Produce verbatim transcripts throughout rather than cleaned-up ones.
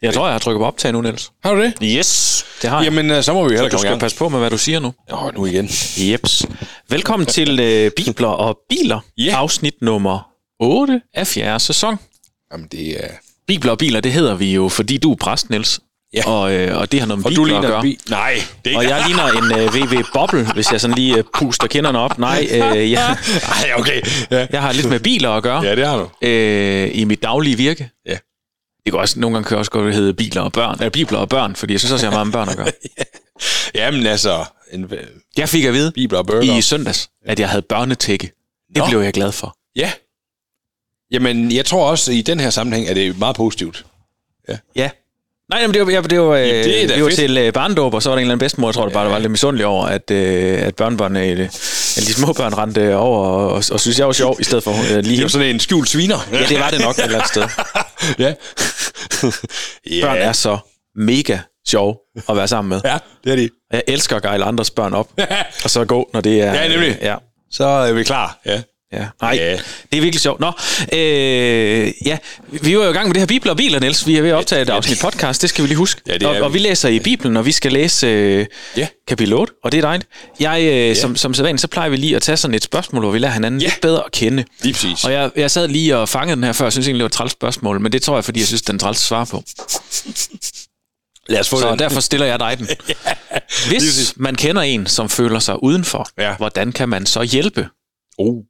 Jeg tror, jeg har trykket på optag nu, Niels. Har du det? Yes, det har jeg. Jamen, så må vi heller så du skal passe på med, hvad du siger nu. Åh, nu igen. Jeps. Velkommen til øh, Bibler og Biler, Ja. afsnit nummer otte af fjerde sæson. Jamen, det er... Bibler og Biler, det hedder vi jo, fordi du er præst, Niels. Ja. Og, øh, og det har noget med Og du bibler at ligner gøre. bi... Nej, det er Og ikke... jeg ligner en øh, V V-boble, hvis jeg sådan lige øh, puster kinderne op. Nej, øh, jeg, Nej, okay. Ja. jeg har lidt med biler at gøre Ja, det har du. øh, i mit daglige virke. Ja. Det kan også, nogle gange kan også godt hedde biler og børn, eller bibler og børn, fordi jeg synes også, jeg har meget med børn at gøre. Jamen, altså... En... Jeg fik at vide Bibler og burger. i søndags, at jeg havde børnetække. Det Nå. blev jeg glad for. Ja. Jamen, jeg tror også, i den her sammenhæng, er det meget positivt. Ja. Nej, men det var, det var, Jamen, det er da det var fedt. til uh, barndåb, og så var der en eller anden bedstemor, jeg tror det bare, der var lidt misundelig over, at, uh, at børnebørnene, uh, eller de små børn rendte over, og, og, og synes jeg var sjov, i stedet for uh, lige... Det var sådan en skjult sviner. Ja, det var det nok et eller andet sted. Ja. Ja. Børn er så mega sjov at være sammen med. Ja, det er de. Jeg elsker at gejle andres børn op, og så gå, når det er... Ja, nemlig. Ja. Så er vi klar. Ja. Ja. Nej, Ja. det er virkelig sjovt. Nå, øh, ja, vi var jo i gang med det her Bibler og Biler, Niels. Vi er ved at optage et afsnit podcast, det skal vi lige huske. Ja, det er og, vi. og vi læser i Bibelen, og vi skal læse øh, Ja. kapitel otte, og det er dejligt. Jeg, øh, som, som sædvanligt, så plejer vi lige at tage sådan et spørgsmål, hvor vi lærer hinanden Ja. lidt bedre at kende. Lige præcis. Og jeg, jeg sad lige og fangede den her før, jeg synes egentlig, det var et træls spørgsmål, men det tror jeg, fordi jeg synes, den er træls at svare på. Lad os få Så den. derfor stiller jeg dig den. Hvis man kender en, som føler sig udenfor, Ja. hvordan kan man så hjælpe? Oh.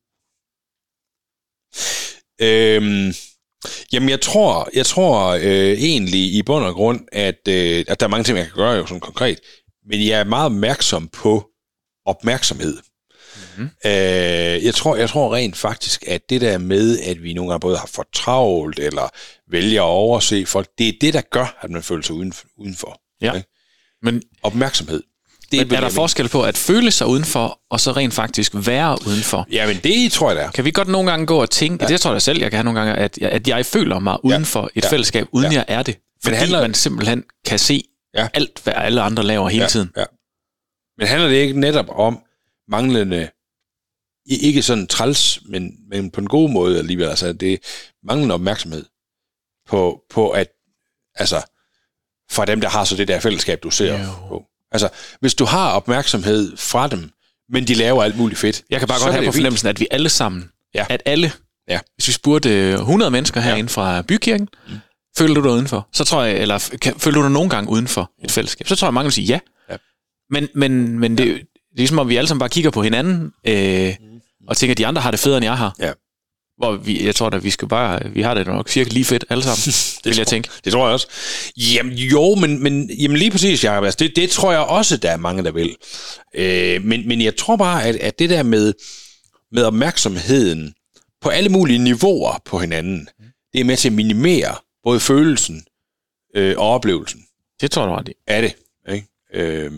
Øhm, jamen, jeg tror, jeg tror øh, egentlig i bund og grund, at, øh, at der er mange ting, jeg kan gøre jo sådan konkret, men jeg er meget opmærksom på opmærksomhed. Mm-hmm. Øh, jeg, tror, jeg tror rent faktisk, at det der med, at vi nogle gange både har for travlt, eller vælger at overse folk, det er det, der gør, at man føler sig uden, udenfor. Ja. Ikke? Men Opmærksomhed. Det Men er der forskel på at føle sig udenfor, og så rent faktisk være udenfor? Ja, men det tror jeg, der er. Kan vi godt nogle gange gå og tænke, ja. det tror jeg selv, jeg kan have nogle gange, at, at jeg føler mig uden for et Ja. fællesskab, uden Ja. jeg er det. Fordi handler- man simpelthen kan se Ja. alt, hvad alle andre laver hele ja, tiden. Ja. Men handler det ikke netop om manglende, i- ikke sådan træls, men, men på en god måde alligevel, altså det er manglende opmærksomhed på, på at, altså, fra dem, der har så det der fællesskab, du ser Jo. på. Altså, hvis du har opmærksomhed fra dem, men de laver alt muligt fedt. Jeg kan bare så godt er have det på fint. fornemmelsen, at vi alle sammen, Ja. at alle, Ja. hvis vi spurgte hundrede mennesker herinde fra bykirken, mm. føler du dig udenfor? Så tror jeg, eller kan, føler du dig nogle gange uden for et fællesskab? Så tror jeg, mange vil sige ja. Ja. Men, men, men det, det er ligesom, om vi alle sammen bare kigger på hinanden, øh, og tænker, at de andre har det federe, end jeg har. Ja. Hvor vi, jeg tror da, vi skal bare, vi har det nok cirka lige fedt alle sammen, det vil jeg tænke. Det tror jeg også. Jamen jo, men, men jamen, lige præcis, Jacob, altså, det, det tror jeg også, der er mange, der vil. Øh, men, men jeg tror bare, at, at det der med, med opmærksomheden på alle mulige niveauer på hinanden, det er med til at minimere både følelsen øh, og oplevelsen Det tror jeg, du ret i. af det. Ikke? Øh,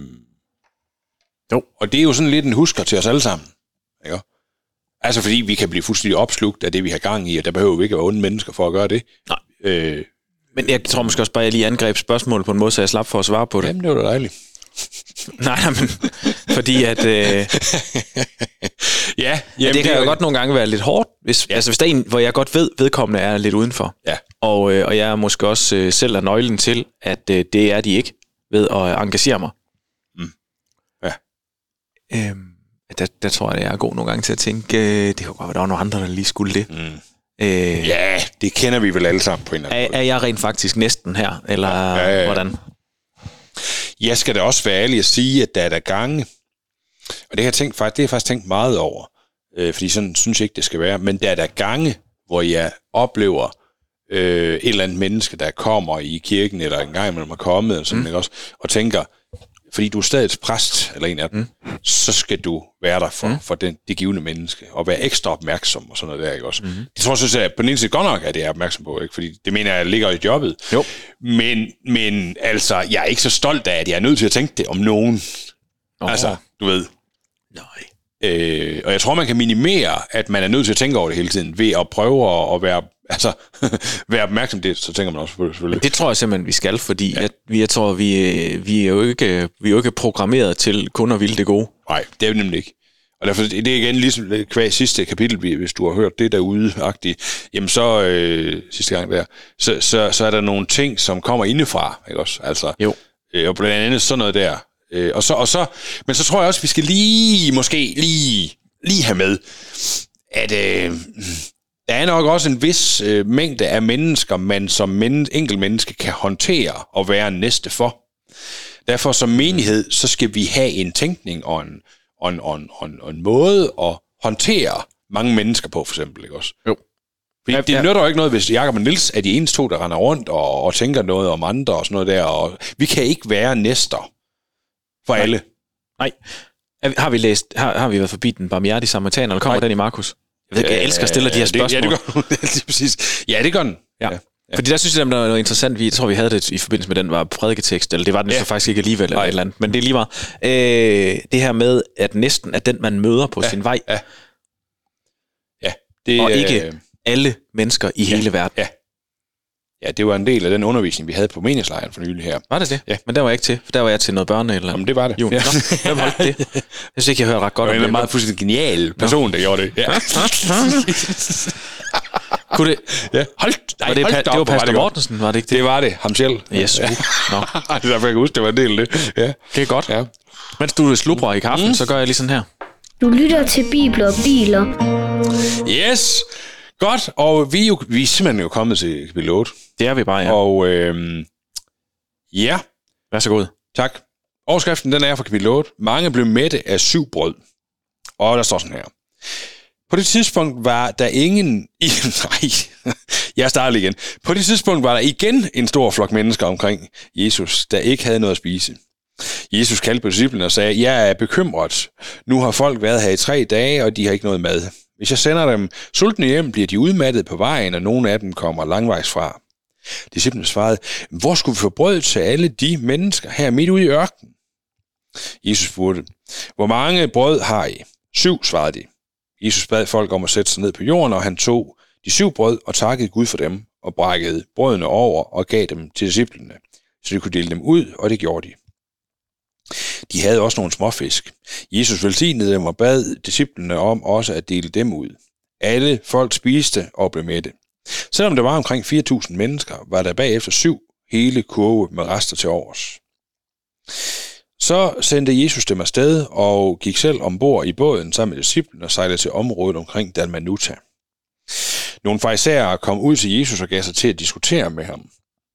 Jo. Og det er jo sådan lidt en husker til os alle sammen. Ikke? Altså fordi vi kan blive fuldstændig opslugt af det, vi har gang i, og der behøver vi ikke at være onde mennesker for at gøre det. Nej. Øh, Men jeg tror måske også bare, at jeg lige angreb spørgsmålet på en måde, så jeg slap for at svare på det. jamen, det var da dejligt. Nej, nej, men fordi at... Øh, ja, ja, jamen, det kan er jo godt nogle gange være lidt hårdt, hvis, ja. altså, hvis der er en, hvor jeg godt ved, vedkommende er lidt udenfor. Ja. Og, øh, og jeg er måske også øh, selv er nøglen til, at øh, det er de ikke, ved at engagere mig. Mm. Ja. Øhm, der, der tror jeg, at jeg er god nogle gange til at tænke, øh, det kunne godt være, der var nogle andre, der lige skulle det. Mm. Øh, Ja, det kender vi vel alle sammen på en eller anden er, måde. er jeg rent faktisk næsten her, eller Ja, ja, ja. hvordan? Jeg skal da også være ærlig at sige, at der er der gange, og det har jeg tænkt, faktisk, det har jeg faktisk tænkt meget over, øh, fordi sådan synes jeg ikke, det skal være, men der er der gange, hvor jeg oplever øh, et eller andet menneske, der kommer i kirken, eller en gang imellem er kommet, og, sådan, mm. ikke også, og tænker, fordi du er stadig et præst, eller en af dem, mm. så skal du være der for, mm. for den, det givende menneske, og være ekstra opmærksom, og sådan noget der, ikke også. Mm. Det tror jeg, synes, at på den ene side godt nok, at det er opmærksom på, ikke? Fordi det mener jeg, ligger i jobbet. Jo. Men, men altså, jeg er ikke så stolt af, at jeg er nødt til at tænke det om nogen. Oh. Altså, du ved. Nej. Øh, og jeg tror, man kan minimere, at man er nødt til at tænke over det hele tiden, ved at prøve at, at være, altså, være opmærksom det, så tænker man også på det selvfølgelig. Det tror jeg simpelthen, vi skal, fordi ja. jeg, jeg tror, vi, vi, er jo ikke, vi er jo ikke programmeret til kun at ville det gode. Nej, det er jo nemlig ikke. Og derfor, det er igen ligesom hver sidste kapitel, hvis du har hørt det derude-agtigt, jamen så, øh, sidste gang der, så, så, så er der nogle ting, som kommer indefra, ikke også? Altså, jo. Øh, og blandt andet sådan noget der. Øh, og så, og så, men så tror jeg også, vi skal lige, måske lige, lige have med, at øh, der er nok også en vis øh, mængde af mennesker, man som men, enkelt menneske kan håndtere og være næste for. Derfor som menighed, så skal vi have en tænkning og en, og en, og en, og en, og en måde at håndtere mange mennesker på, for eksempel, ikke også? Jo. Fordi det nytter jo ikke noget, hvis Jakob og Niels er de eneste to, der render rundt og, og tænker noget om andre og sådan noget der. Og vi kan ikke være næster for Nej. alle. Nej. Har vi læst, har, har vi været forbi den barmhjertige samaritaner, eller kommer Nej. den i Markus? Jeg ved ikke, jeg elsker at stille de her spørgsmål. Det, ja, det gør den. Det er præcis. Ja, det gør den. Ja. Ja. Ja. Fordi der synes jeg, der er noget interessant. Jeg tror, vi havde det i forbindelse med den var prædiketekst, eller det var den ja. så faktisk ikke alligevel, eller et eller andet. Men det er lige meget. Øh, det her med, at næsten er den, man møder på ja. sin vej. Ja. Ja. Det, og ikke øh, alle mennesker i ja. hele verden. Ja. Ja, det var en del af den undervisning, vi havde på menighedslejren for nylig her. Var det det? Ja. Men der var jeg ikke til, for der var jeg til noget børne eller... Jamen, det var det. Jo, ja. Nå, hvem holdt det? Jeg synes ikke, jeg hører ret godt om det. Det var en meget fuldstændig genial person, der gjorde det. Ja. Kunne det... Ja. Hold, nej, var det, hold pa- det var Pastor Mortensen, var det ikke det? Det var det, ham selv. Yes. Ja. Nå. Det er derfor, jeg kan huske, det var en del af det. Ja. Det er godt. Ja. Mens du slubrer i kaffen, mm. så gør jeg lige sådan her. Du lytter til Bibler og Biler. Yes! Godt, og vi er, jo, vi er simpelthen jo kommet til kapitel otte. Det er vi bare, ja. Og øhm, ja. Vær så god. Tak. Overskriften, den er fra kapitel otte. Mange blev mætte af syv brød. Og der står sådan her. På det tidspunkt var der ingen... Nej, jeg starter igen. På det tidspunkt var der igen en stor flok mennesker omkring Jesus, der ikke havde noget at spise. Jesus kaldte på disciplene og sagde, jeg er bekymret. Nu har folk været her i tre dage, og de har ikke noget mad. Hvis jeg sender dem sultne hjem, bliver de udmattet på vejen, og nogle af dem kommer langvejs fra. Disciplene svarede, hvor skulle vi få brød til alle de mennesker her midt ude i ørkenen? Jesus spurgte, hvor mange brød har I? Syv, svarede de. Jesus bad folk om at sætte sig ned på jorden, og han tog de syv brød og takkede Gud for dem, og brækkede brødene over og gav dem til disciplene, så de kunne dele dem ud, og det gjorde de. De havde også nogle småfisk. Jesus velsignede dem og bad disciplene om også at dele dem ud. Alle folk spiste og blev mætte. Selvom der var omkring fire tusind mennesker, var der bagefter syv hele kurve med rester til overs. Så sendte Jesus dem afsted og gik selv ombord i båden sammen med disciplene og sejlede til området omkring Dalmanuta. Nogle farisæere kom ud til Jesus og gav sig til at diskutere med ham.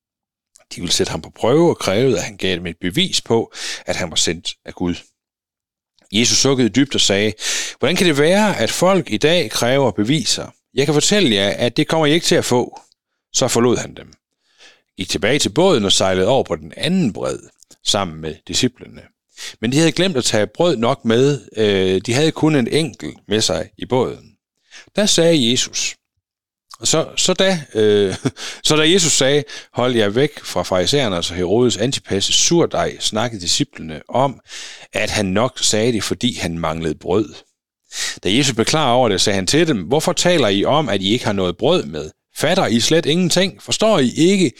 De ville sætte ham på prøve og krævede, at han gav dem et bevis på, at han var sendt af Gud. Jesus sukkede dybt og sagde, hvordan kan det være, at folk i dag kræver beviser? Jeg kan fortælle jer, at det kommer I ikke til at få. Så forlod han dem. Gik tilbage til båden og sejlede over på den anden bred sammen med disciplene. Men de havde glemt at tage brød nok med. De havde kun en enkelt med sig i båden. Der sagde Jesus, så, så, da, øh, så da Jesus sagde, hold jer væk fra farisæerne og Herodes Antipas surdej, snakkede disciplene om, at han nok sagde det, fordi han manglede brød. Da Jesus blev klar over det, sagde han til dem, hvorfor taler I om, at I ikke har noget brød med? Fatter I slet ingenting? Forstår I ikke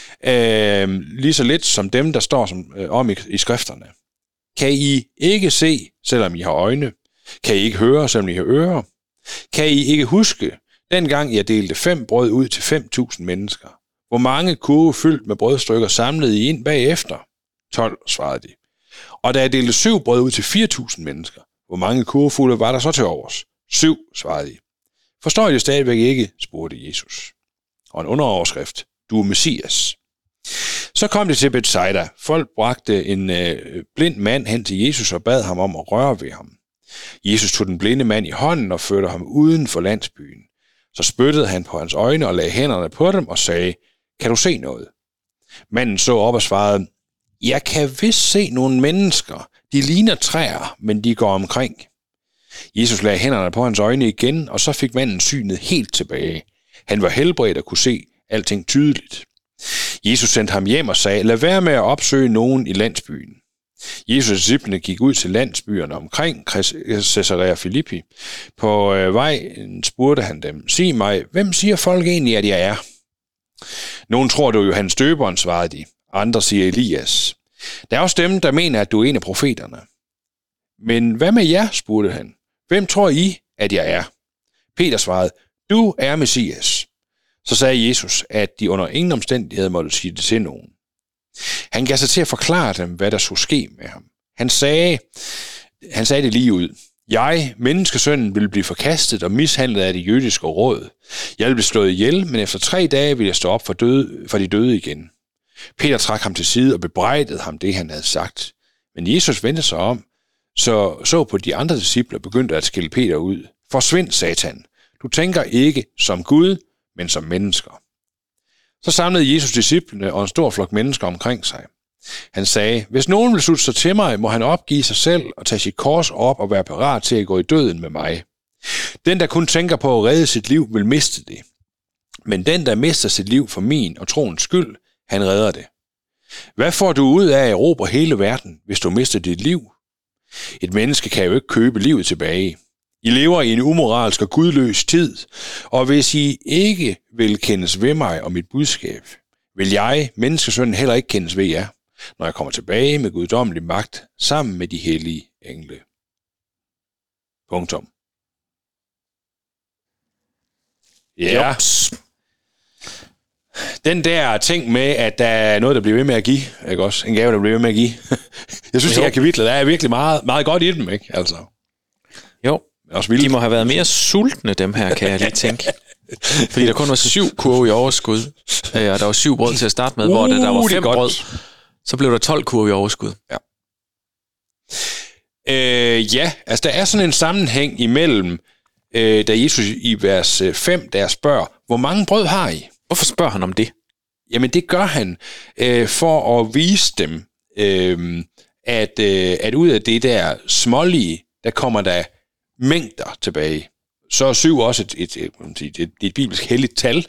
øh, lige så lidt som dem, der står som, øh, om i, i skrifterne? Kan I ikke se, selvom I har øjne? Kan I ikke høre, selvom I har ører? Kan I ikke huske, dengang jeg delte fem brød ud til fem tusind mennesker? Hvor mange kurve fyldt med brødstykker samlede I ind bagefter? tolv, svarede de. Og da jeg delte syv brød ud til fire tusind mennesker, hvor mange kurvefulde var der så til overs? Syv, svarede de. Forstår I det stadigvæk ikke? Spurgte Jesus. Og en underoverskrift. Du er Messias. Så kom det til Bethsaida. Folk bragte en øh, blind mand hen til Jesus og bad ham om at røre ved ham. Jesus tog den blinde mand i hånden og førte ham uden for landsbyen. Så spyttede han på hans øjne og lagde hænderne på dem og sagde, kan du se noget? Manden så op og svarede, jeg kan vist se nogle mennesker. De ligner træer, men de går omkring. Jesus lagde hænderne på hans øjne igen, og så fik manden synet helt tilbage. Han var helbredt og kunne se alting tydeligt. Jesus sendte ham hjem og sagde, lad være med at opsøge nogen i landsbyen. Jesus og disciplene gik ud til landsbyerne omkring Caesarea Philippi. På øh, vejen spurgte han dem, sig mig, hvem siger folk egentlig, at jeg er? Nogen tror, du er Johannes Døberen, svarede de. Andre siger Elias. Der er også dem, der mener, at du er en af profeterne. Men hvad med jer, spurgte han. hvem tror I, at jeg er? Peter svarede, du er Messias. Så sagde Jesus, at de under ingen omstændighed måtte sige det til nogen. Han gav sig til at forklare dem, hvad der skulle ske med ham. Han sagde, han sagde det lige ud. Jeg, menneskesønnen, vil blive forkastet og mishandlet af det jødiske råd. Jeg vil blive slået ihjel, men efter tre dage vil jeg stå op for, døde, for de døde igen. Peter trak ham til side og bebrejdede ham det, han havde sagt. Men Jesus vendte sig om, så så på de andre disciple og begyndte at skælde Peter ud. Forsvind, Satan. Du tænker ikke som Gud, men som mennesker. Så samlede Jesus disciplene og en stor flok mennesker omkring sig. Han sagde, hvis nogen vil slutte sig til mig, må han opgive sig selv og tage sit kors op og være parat til at gå i døden med mig. Den, der kun tænker på at redde sit liv, vil miste det. Men den, der mister sit liv for min og troens skyld, han redder det. Hvad får du ud af at erobre hele verden, hvis du mister dit liv? Et menneske kan jo ikke købe livet tilbage. I lever i en umoralsk og gudløs tid, og hvis I ikke vil kendes ved mig og mit budskab, vil jeg, menneskesønnen, heller ikke kendes ved jer, når jeg kommer tilbage med guddommelig magt sammen med de hellige engle. Punktum. Ja. Jops. Den der ting med, at der er noget, der bliver ved med at give, ikke også? En gave, der bliver ved med at give. Jeg synes, jo. De her kapitler, der er virkelig meget, meget godt i dem, ikke? Altså. Jo. De må have været mere sultne, dem her, kan jeg lige tænke. Fordi der kun var syv kurve i overskud, og der var syv brød til at starte med, uh, hvor der, der var fem brød, så blev der tolv kurve i overskud. Ja. Øh, ja, altså der er sådan en sammenhæng imellem, øh, da Jesus i vers fem, der spørger, hvor mange brød har I? Hvorfor spørger han om det? Jamen det gør han øh, for at vise dem, øh, at, øh, at ud af det der smålige, der kommer der mængder tilbage. Så er syv også et, et, et, et, et, et bibelsk helligt tal.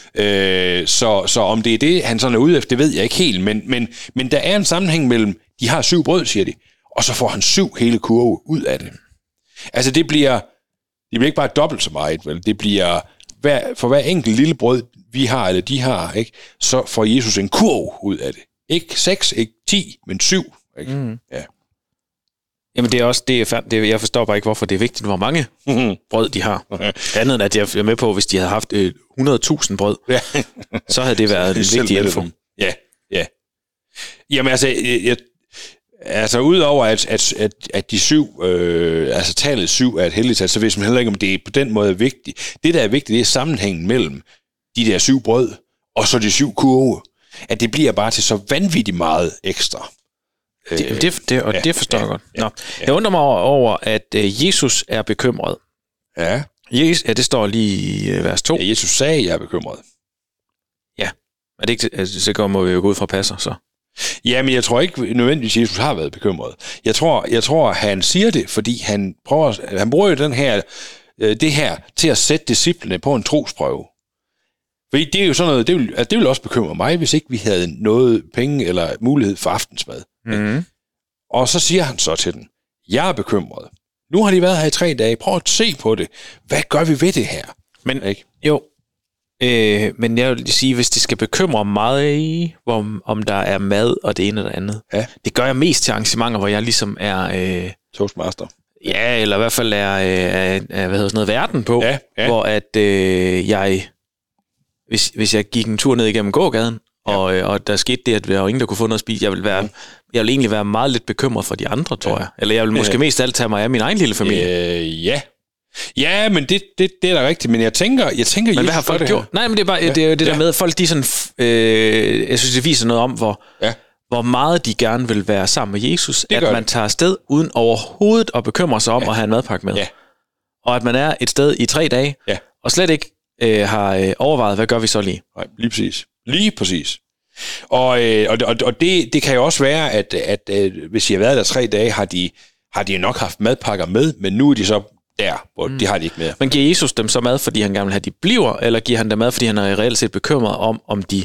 Øh, så, så om det er det, han sådan er ude efter, det ved jeg ikke helt. Men, men, men der er en sammenhæng mellem, de har syv brød, siger de, og så får han syv hele kurve ud af det. Altså det bliver, det bliver ikke bare dobbelt så meget, vel? Det bliver, hver, for hver enkelt lille brød, vi har, eller de har, ikke, så får Jesus en kurv ud af det. Ikke seks, ikke ti, men syv. Ikke? Mm. Ja. Jamen det er også, det er færd, det er, jeg forstår bare ikke, hvorfor det er vigtigt, hvor mange mm-hmm. brød de har. Okay. Andet end at jeg er med på, hvis de havde haft øh, hundrede tusind brød, ja. Så havde det været en vigtig info. Ja, ja. Jamen altså, jeg, altså udover at, at, at, at de syv, øh, altså tallet syv er et heldigt tal, så vidste man heller ikke, om det er på den måde vigtigt. Det, der er vigtigt, det er sammenhængen mellem de der syv brød, og så de syv kurve. At det bliver bare til så vanvittigt meget ekstra. Det, det, det, og ja, det forstår ja, jeg godt. Nå. Ja. Jeg undrer mig over, at uh, Jesus er bekymret. Ja. Jesus, ja, det står lige i uh, vers to. Ja, Jesus sagde, at jeg er bekymret. Ja, er det ikke, altså, så må vi jo gå ud fra passer, så. Ja, men jeg tror ikke nødvendigvis, Jesus har været bekymret. Jeg tror, jeg tror han siger det, fordi han prøver, han bruger jo den her, det her til at sætte disciplene på en trosprøve. Fordi det er jo sådan noget, det vil, altså det vil også bekymre mig, hvis ikke vi havde noget penge eller mulighed for aftensmad. Mm. Og så siger han så til den, jeg er bekymret. Nu har de været her i tre dage, prøv at se på det. Hvad gør vi ved det her? Men, ikke? Jo, øh, men jeg vil sige, hvis det skal bekymre mig, om, om der er mad og det ene og det andet, ja. Det gør jeg mest til arrangementer, hvor jeg ligesom er... Øh, Toastmaster. Ja, eller i hvert fald er, øh, er, er hvad hedder sådan noget, verden på, ja, ja. Hvor at øh, jeg... Hvis, hvis jeg gik en tur ned igennem gågaden, ja. og, og der skete det, at der var ingen, der kunne få noget at spise, jeg vil, være, jeg vil egentlig være meget lidt bekymret for de andre, tror ja. jeg. Eller jeg vil måske ja. mest alt tage mig af min egen lille familie. Øh, ja. Ja, men det, det, det er da rigtigt. Men jeg tænker... Jeg tænker men hvad har folk gjort? Nej, men det er bare ja. det, er det der ja. med, at folk de sådan... Øh, jeg synes, det viser noget om, hvor, ja. hvor meget de gerne vil være sammen med Jesus. Det at man det. tager afsted uden overhovedet at bekymre sig om ja. at have en madpakke med. Ja. Og at man er et sted i tre dage, ja. og slet ikke øh, har øh, overvejet, hvad gør vi så lige? Nej, lige præcis. Lige præcis. Og, øh, og, og det, det kan jo også være, at, at, at hvis I har været der tre dage, har de, har de nok haft madpakker med, men nu er de så der, hvor mm. de har de ikke med. Men giver Jesus dem så mad, fordi han gerne vil have, de bliver, eller giver han dem mad, fordi han er reelt set bekymret om, om de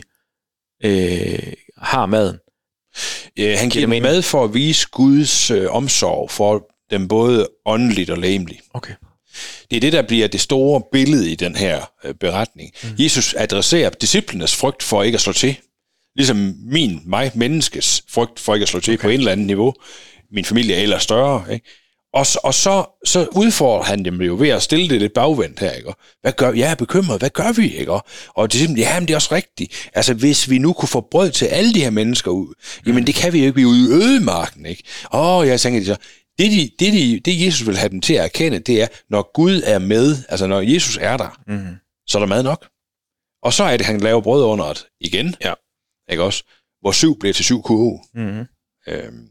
øh, har maden? Øh, han giver dem mad for at vise Guds øh, omsorg for dem både åndeligt og legemligt. Okay. Det er det, der bliver det store billede i den her øh, beretning. Mm. Jesus adresserer disciplenes frygt for ikke at slå til. Ligesom min, mig, menneskes frygt for ikke at slå til okay. på en eller anden niveau. Min familie er ellers større. Ikke? Og, og så, så udfordrer han dem jo ved at stille det lidt bagvendt her, ikke? Hvad gør vi? Jeg er bekymret. Hvad gør vi, ikke? Og de siger, ja, men det er også rigtigt. Altså, hvis vi nu kunne få brød til alle de her mennesker ud, jamen det kan vi jo ikke. Vi er ude i ødemarken, ikke? Åh, jeg tænker, så, det, de, det, de, det Jesus vil have dem til at erkende, det er, når Gud er med, altså når Jesus er der, mm-hmm. så er der mad nok. Og så er det, han laver brød under det igen, ja. Ikke også? Hvor syv bliver til syv kurve. Mm-hmm. Øhm.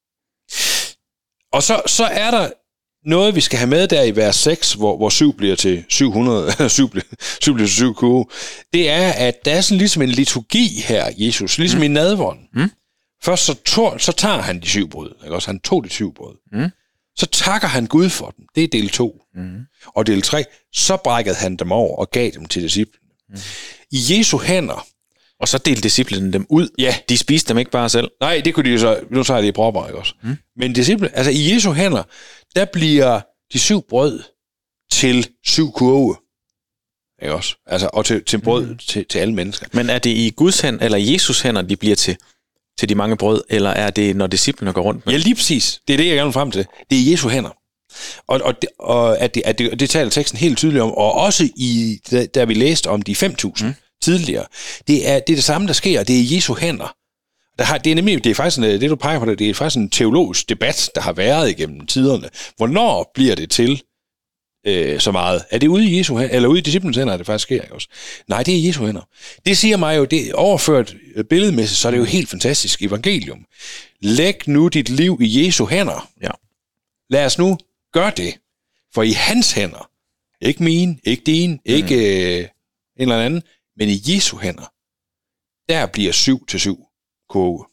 Og så, så er der noget, vi skal have med der i vers seks, hvor, hvor syv bliver til syv hundrede, syv bliver, syv bliver til syv kurve. Det er, at der er sådan ligesom en liturgi her, Jesus, ligesom mm. i nadvånd. Mm. Først så, tog, så tager han de syv brød, ikke også? Han tog de syv brød. Mm. Så takker han Gud for dem. Det er del to. Mm. Og del tre, så brækkede han dem over og gav dem til disciplene. Mm. I Jesu hænder. Og så delte disciplene dem ud. Ja. De spiste dem ikke bare selv. Nej, det kunne de jo så. Nu tager de i propper, ikke også? Mm. Men disciplene, altså i Jesu hænder, der bliver de syv brød til syv kurve. Ikke også? Altså, og til, til brød mm. til, til alle mennesker. Men er det i Guds hænder, eller Jesus hænder, de bliver til, til de mange brød, eller er det, når disciplene går rundt med? Ja, lige præcis. Det er det, jeg gerne vil frem til. Det er Jesu hænder. Og, og, det, og at det, at det, det taler teksten helt tydeligt om, og også i, da vi læste om de fem tusind mm. tidligere, det er, det er det samme, der sker, det er Jesu hænder. Der har, det er nemlig, det er faktisk en, det du peger på det, det er faktisk en teologisk debat, der har været igennem tiderne. Hvornår bliver det til øh, så meget? Er det ude i Jesu hænder, eller ude i disciplens hænder, det faktisk sker, ikke også? Nej, det er Jesu hænder. Det siger mig jo, det er overført billedmæssigt, så er det jo helt fantastisk evangelium. Læg nu dit liv i Jesu hænder. Ja. Lad os nu gøre det, for i hans hænder, ikke mine, ikke dine, ikke øh, en eller anden, men i Jesu hænder, der bliver syv til syv kurve.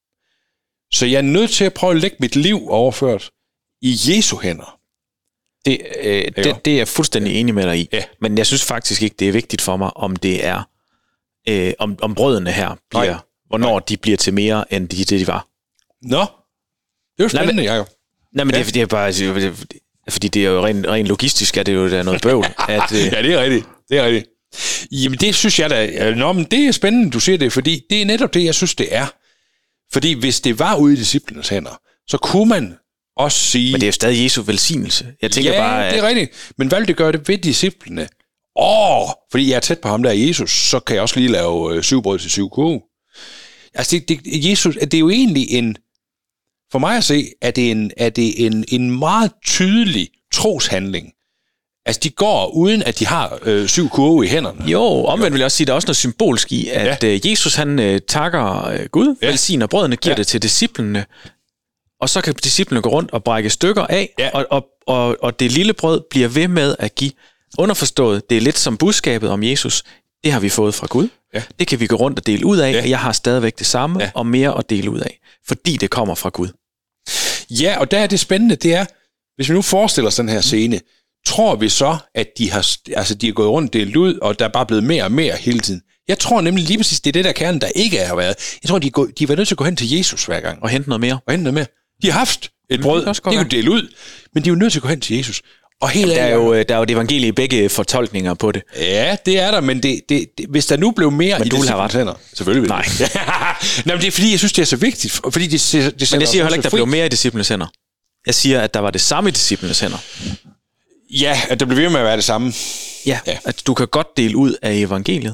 Så jeg er nødt til at prøve at lægge mit liv overført i Jesu hænder. Det, øh, det, det er jeg fuldstændig enig med dig i. Ja. Men jeg synes faktisk ikke, det er vigtigt for mig, om det er, øh, om, om brødene her bliver, Nej. hvornår Nej. de bliver til mere, end de, det de var. Nå, det er jo spændende, Jacob. Nej, men ja. det, det er bare, det, fordi det er jo rent, rent logistisk, at det er jo der er noget bøvl. At, øh, ja, det er rigtigt. Det er rigtigt. Jamen, det synes jeg da... Nå, men det er spændende, du siger det, fordi det er netop det, jeg synes, det er. Fordi hvis det var ude i disciplinens hænder, så kunne man også sige... Men det er jo stadig Jesu velsignelse. Jeg tænker ja, bare, at... det er rigtigt. Men hvad vil det gøre det ved disciplene? Åh, fordi jeg er tæt på ham der Jesus, så kan jeg også lige lave øh, syv brød til syv kurve. Altså, det, det, Jesus, det er jo egentlig en... For mig at se, er det en, er det en, en meget tydelig troshandling. Altså, de går uden, at de har øh, syv kurve i hænderne. Jo, omvendt vil jeg også sige, der er også noget symbolsk i, at ja. øh, Jesus, han øh, takker øh, Gud, ja. velsigner brødene, giver ja. det til disciplene, og så kan disciplene gå rundt og brække stykker af, ja. og, og, og, og det lille brød bliver ved med at give underforstået. Det er lidt som budskabet om Jesus. Det har vi fået fra Gud. Ja. Det kan vi gå rundt og dele ud af, ja. og jeg har stadigvæk det samme, ja. og mere at dele ud af, fordi det kommer fra Gud. Ja, og der er det spændende, det er, hvis vi nu forestiller os den her scene, tror vi så, at de har, altså de har gået rundt delt ud, og der er bare blevet mere og mere hele tiden. Jeg tror nemlig lige præcis, det er det der kernen, der ikke har været. Jeg tror, de, går, de var nødt til at gå hen til Jesus hver gang. Og hente noget mere. Og hente noget mere. De har haft et brød, de kunne dele ud, men de er jo nødt til at gå hen til Jesus. Og helt der, er jo, der er jo et evangelie i begge fortolkninger på det. Ja, det er der, men det, det, det, hvis der nu blev mere... Men i du vil have ret. Hænder, selvfølgelig. Nej. Nej, men det er fordi, jeg synes, det er så vigtigt. Fordi det, det, det men jeg siger heller ikke, der blev mere i disciplenes hænder. Jeg siger, at der var det samme i disciplenes hænder. Ja, at der bliver ved med at være det samme. Ja, ja, at du kan godt dele ud af evangeliet.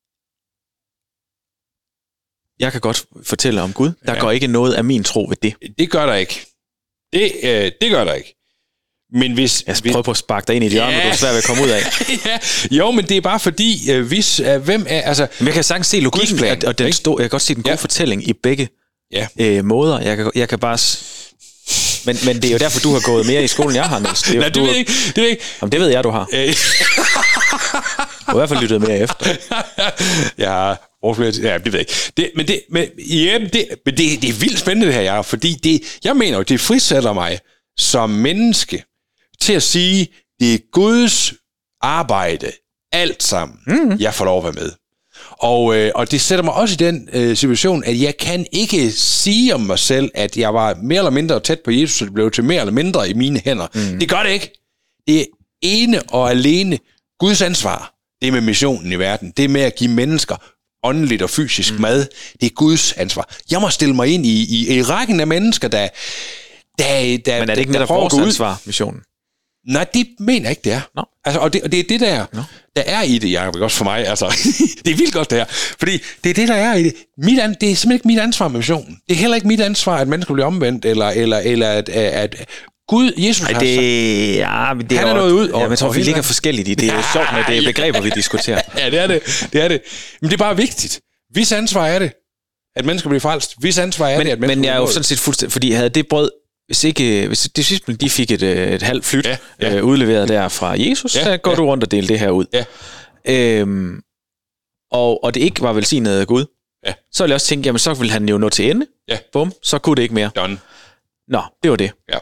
Jeg kan godt fortælle om Gud. Der ja. går ikke noget af min tro ved det. Det gør der ikke. Det, øh, det gør der ikke. Men hvis... Jeg prøver på at sparke dig ind i et hjørne, ja. du er svært ved at komme ud af. ja. Jo, men det er bare fordi, øh, hvis... Øh, hvem er... Altså, men jeg kan sagtens se logikken, og, og den stå, jeg kan godt se den gode ja. fortælling i begge ja. øh, måder. Jeg kan, jeg kan bare... Men, men det er jo derfor, du har gået mere i skolen, jeg har, Niels. Det Nej, det ved jeg ikke. Det ved jeg ikke. Jamen, det ved jeg, du har. Du har i hvert fald lyttet mere efter. Jeg har overfløjet... Ja, det ved jeg ikke. Det, men det, men, ja, det, men det, det er vildt spændende, det her, Jacob, fordi det, jeg mener jo, det frisætter mig som menneske til at sige, det er Guds arbejde, alt sammen, mm. jeg får lov at være med. Og, øh, og det sætter mig også i den øh, situation, at jeg kan ikke sige om mig selv, at jeg var mere eller mindre tæt på Jesus, så det blev til mere eller mindre i mine hænder. Mm. Det gør det ikke. Det er ene og alene Guds ansvar. Det er med missionen i verden. Det er med at give mennesker åndeligt og fysisk mm. mad. Det er Guds ansvar. Jeg må stille mig ind i, i, i rækken af mennesker, der, Der, der, Men er det ikke netop vores ansvar, missionen? Nej, det mener jeg ikke, det er. No. Altså, og, det, og det er det, der, no. der er i det, Jacob, også for mig. Altså, det er vildt godt, det her. Fordi det er det, der er i det. Mit an, det er simpelthen ikke mit ansvar med missionen. Det er heller ikke mit ansvar, at mennesker bliver omvendt, eller, eller, eller at, at, at Gud, Jesus Ej, har det, sagt, ja, men det han er er noget ud. Ja, men jeg tror, vi ligger forskelligt i det. Det er jo sjovt med det begreber, vi diskuterer. Ja, det er det. det er det. Men det er bare vigtigt. Hvis ansvar er det, at mennesker bliver frelst. Hvis ansvar er men, det, at mennesker Men jeg er jo sådan set fuldstændig, fordi havde det brød, hvis ikke, hvis det sidste, de fik et, et halvt flyt ja, ja. Øh, udleveret der fra Jesus, ja, så går ja. du rundt og deler det her ud. Ja. Øhm, og, og det ikke var velsignet af Gud, ja. så ville jeg også tænke, jamen så ville han jo nå til ende. Ja. Bum, så kunne det ikke mere. Done. Nå, det var det. Ja.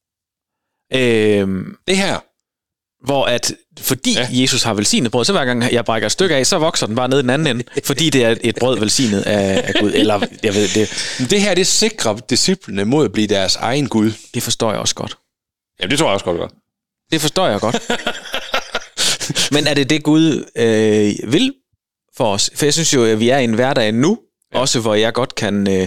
Øhm, det her. Hvor at, fordi ja. Jesus har velsignet brød, så hver gang jeg brækker et stykke af, så vokser den bare ned i den anden ende, fordi det er et brød velsignet af, af Gud. Eller, jeg ved det. Det her, det sikrer disciplene mod at blive deres egen Gud. Det forstår jeg også godt. Jamen, det tror jeg også godt, godt. Det forstår jeg godt. Men er det det, Gud øh, vil for os? For jeg synes jo, at vi er i en hverdag nu, ja. også hvor jeg godt kan... Øh,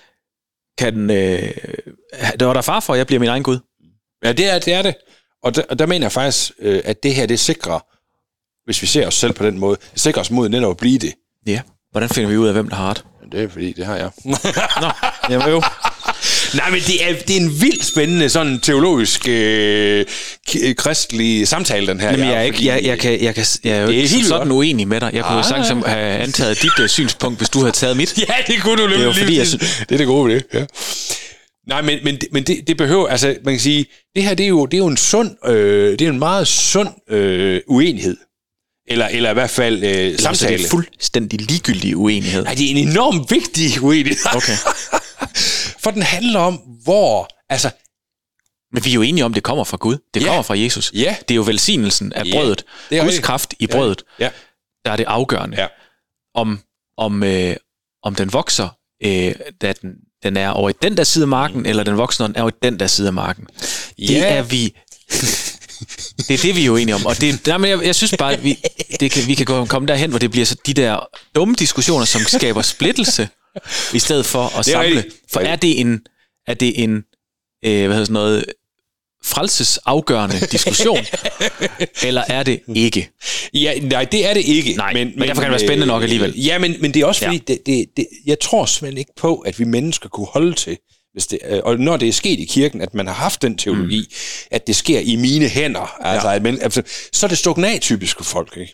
kan øh, det var der far for, at jeg bliver min egen Gud. Ja, det er det. Er det. Og, der, og der mener jeg faktisk, øh, at det her, det sikrer, hvis vi ser os selv på den måde, det sikrer os mod netop at blive det. Ja. Hvordan finder vi ud af, hvem der har det? Det er fordi, det har jeg. Nå, jamen jo. Nej, men det er, det er en vildt spændende sådan teologisk øh, kristelig samtale, den her. Jamen, jeg er ikke, jeg, jeg kan, jeg kan, jeg er jo ikke er sådan uenig med dig. Jeg kunne jo sagtens have antaget dit uh, synspunkt, hvis du havde taget mit. Ja, det kunne du nemlig. Det er jo fordi, jeg synes... Det er det gode ved det, ja. Nej, men, men, men det, det behøver, altså man kan sige, det her, det er jo, det er jo en sund, øh, det er en meget sund øh, uenighed. Eller, eller i hvert fald øh, samtale. Det er fuldstændig ligegyldig uenighed. Nej, det er en enormt vigtig uenighed. Okay. For den handler om, hvor, altså... Men vi er jo enige om, det kommer fra Gud. Det ja. kommer fra Jesus. Ja. Det er jo velsignelsen af ja. brødet. Guds rigtigt. kraft i brødet, ja. Ja. der er det afgørende. Ja. Om, om, øh, om den vokser, øh, da den, den er over i den der side af marken, mm. eller den vokser, når den er over i den der side af marken. Ja. Det er vi... Det er det, vi er jo enige om. Og det, nej, men jeg, jeg synes bare, at vi, det kan, vi kan komme derhen, hvor det bliver så de der dumme diskussioner, som skaber splittelse, i stedet for at samle. Rigtigt. For er det en, er det en øh, hvad hedder sådan noget, frelsesafgørende diskussion, eller er det ikke? Ja, nej, det er det ikke. Nej, men, men derfor kan det være spændende nok alligevel. Ja, men, men det er også fordi, ja. det, det, det, jeg tror simpelthen ikke på, at vi mennesker kunne holde til, hvis det, og når det er sket i kirken, at man har haft den teologi, mm. at det sker i mine hænder, altså, ja. at man, altså så er det stukket af typisk for folk, ikke?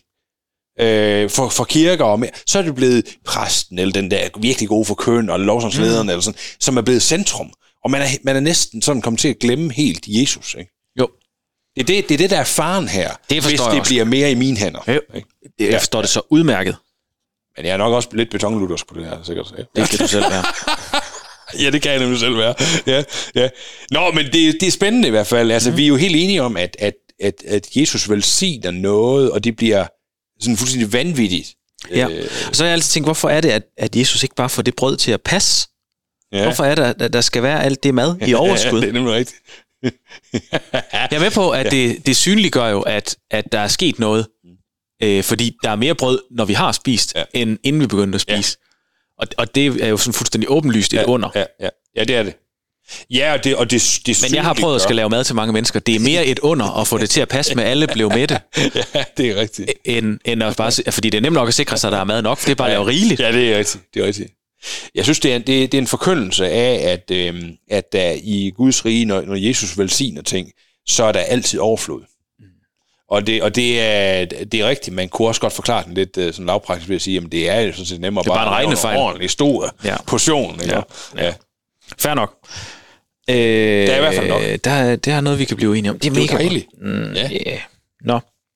Øh, for, for kirker og mere, så er det blevet præsten, eller den der virkelig gode forkøn, og lovsangslederen, mm. eller sådan, som er blevet centrum. Og man er, man er næsten sådan kommet til at glemme helt Jesus, ikke? Jo. Det er det, det, er det der er faren her, det hvis det bliver mere i mine hænder. Jo. Ikke? Jeg ja. forstår det så udmærket. Men jeg er nok også lidt betonluthersk på det her, sikkert. Ja. Det kan du selv være. Ja, det kan jeg nemlig selv være. Ja, ja. Nå, men det, det er spændende i hvert fald. Altså, mm. vi er jo helt enige om, at, at, at, at Jesus velsigner noget, og det bliver sådan fuldstændig vanvittigt. Ja, og så har jeg altid tænkt, hvorfor er det, at, at Jesus ikke bare får det brød til at passe? Ja. Hvorfor er det, at der skal være alt det mad i overskud? Ja, det er nemlig rigtigt. Jeg er med på, at det, det synliggør jo, at, at der er sket noget, øh, fordi der er mere brød, når vi har spist, ja. end inden vi begyndte at spise. Ja. Og, og det er jo sådan fuldstændig åbenlyst et ja, under. Ja, ja, ja, det er det. Ja, og det, og det, det Men jeg har prøvet at skal lave mad til mange mennesker. Det er mere et under at få det til at passe med, alle blev mætte. Ja, det er rigtigt. End, end at bare, fordi det er nemt nok at sikre sig, at der er mad nok, for det er bare at lave rigeligt. Ja, det er rigtigt. Det er rigtigt. Jeg synes, det er, det, det er en forkyndelse af, at, øhm, at der i Guds rige, når, når Jesus velsigner ting, så er der altid overflod. Mm. Og, det, og det, er, det er rigtigt. Man kunne også godt forklare den lidt sådan lavpraktisk ved at sige, at det er jo sådan set nemmere det er bare, bare en regnefejl. En ordentlig stor ja. portion. Ikke? Ja. Ja. Fair nok. Øh, det er i hvert fald nok. Der, det er noget, vi kan blive enige om. Det er, det er mega dejligt. Mm, ja. Yeah. Nå.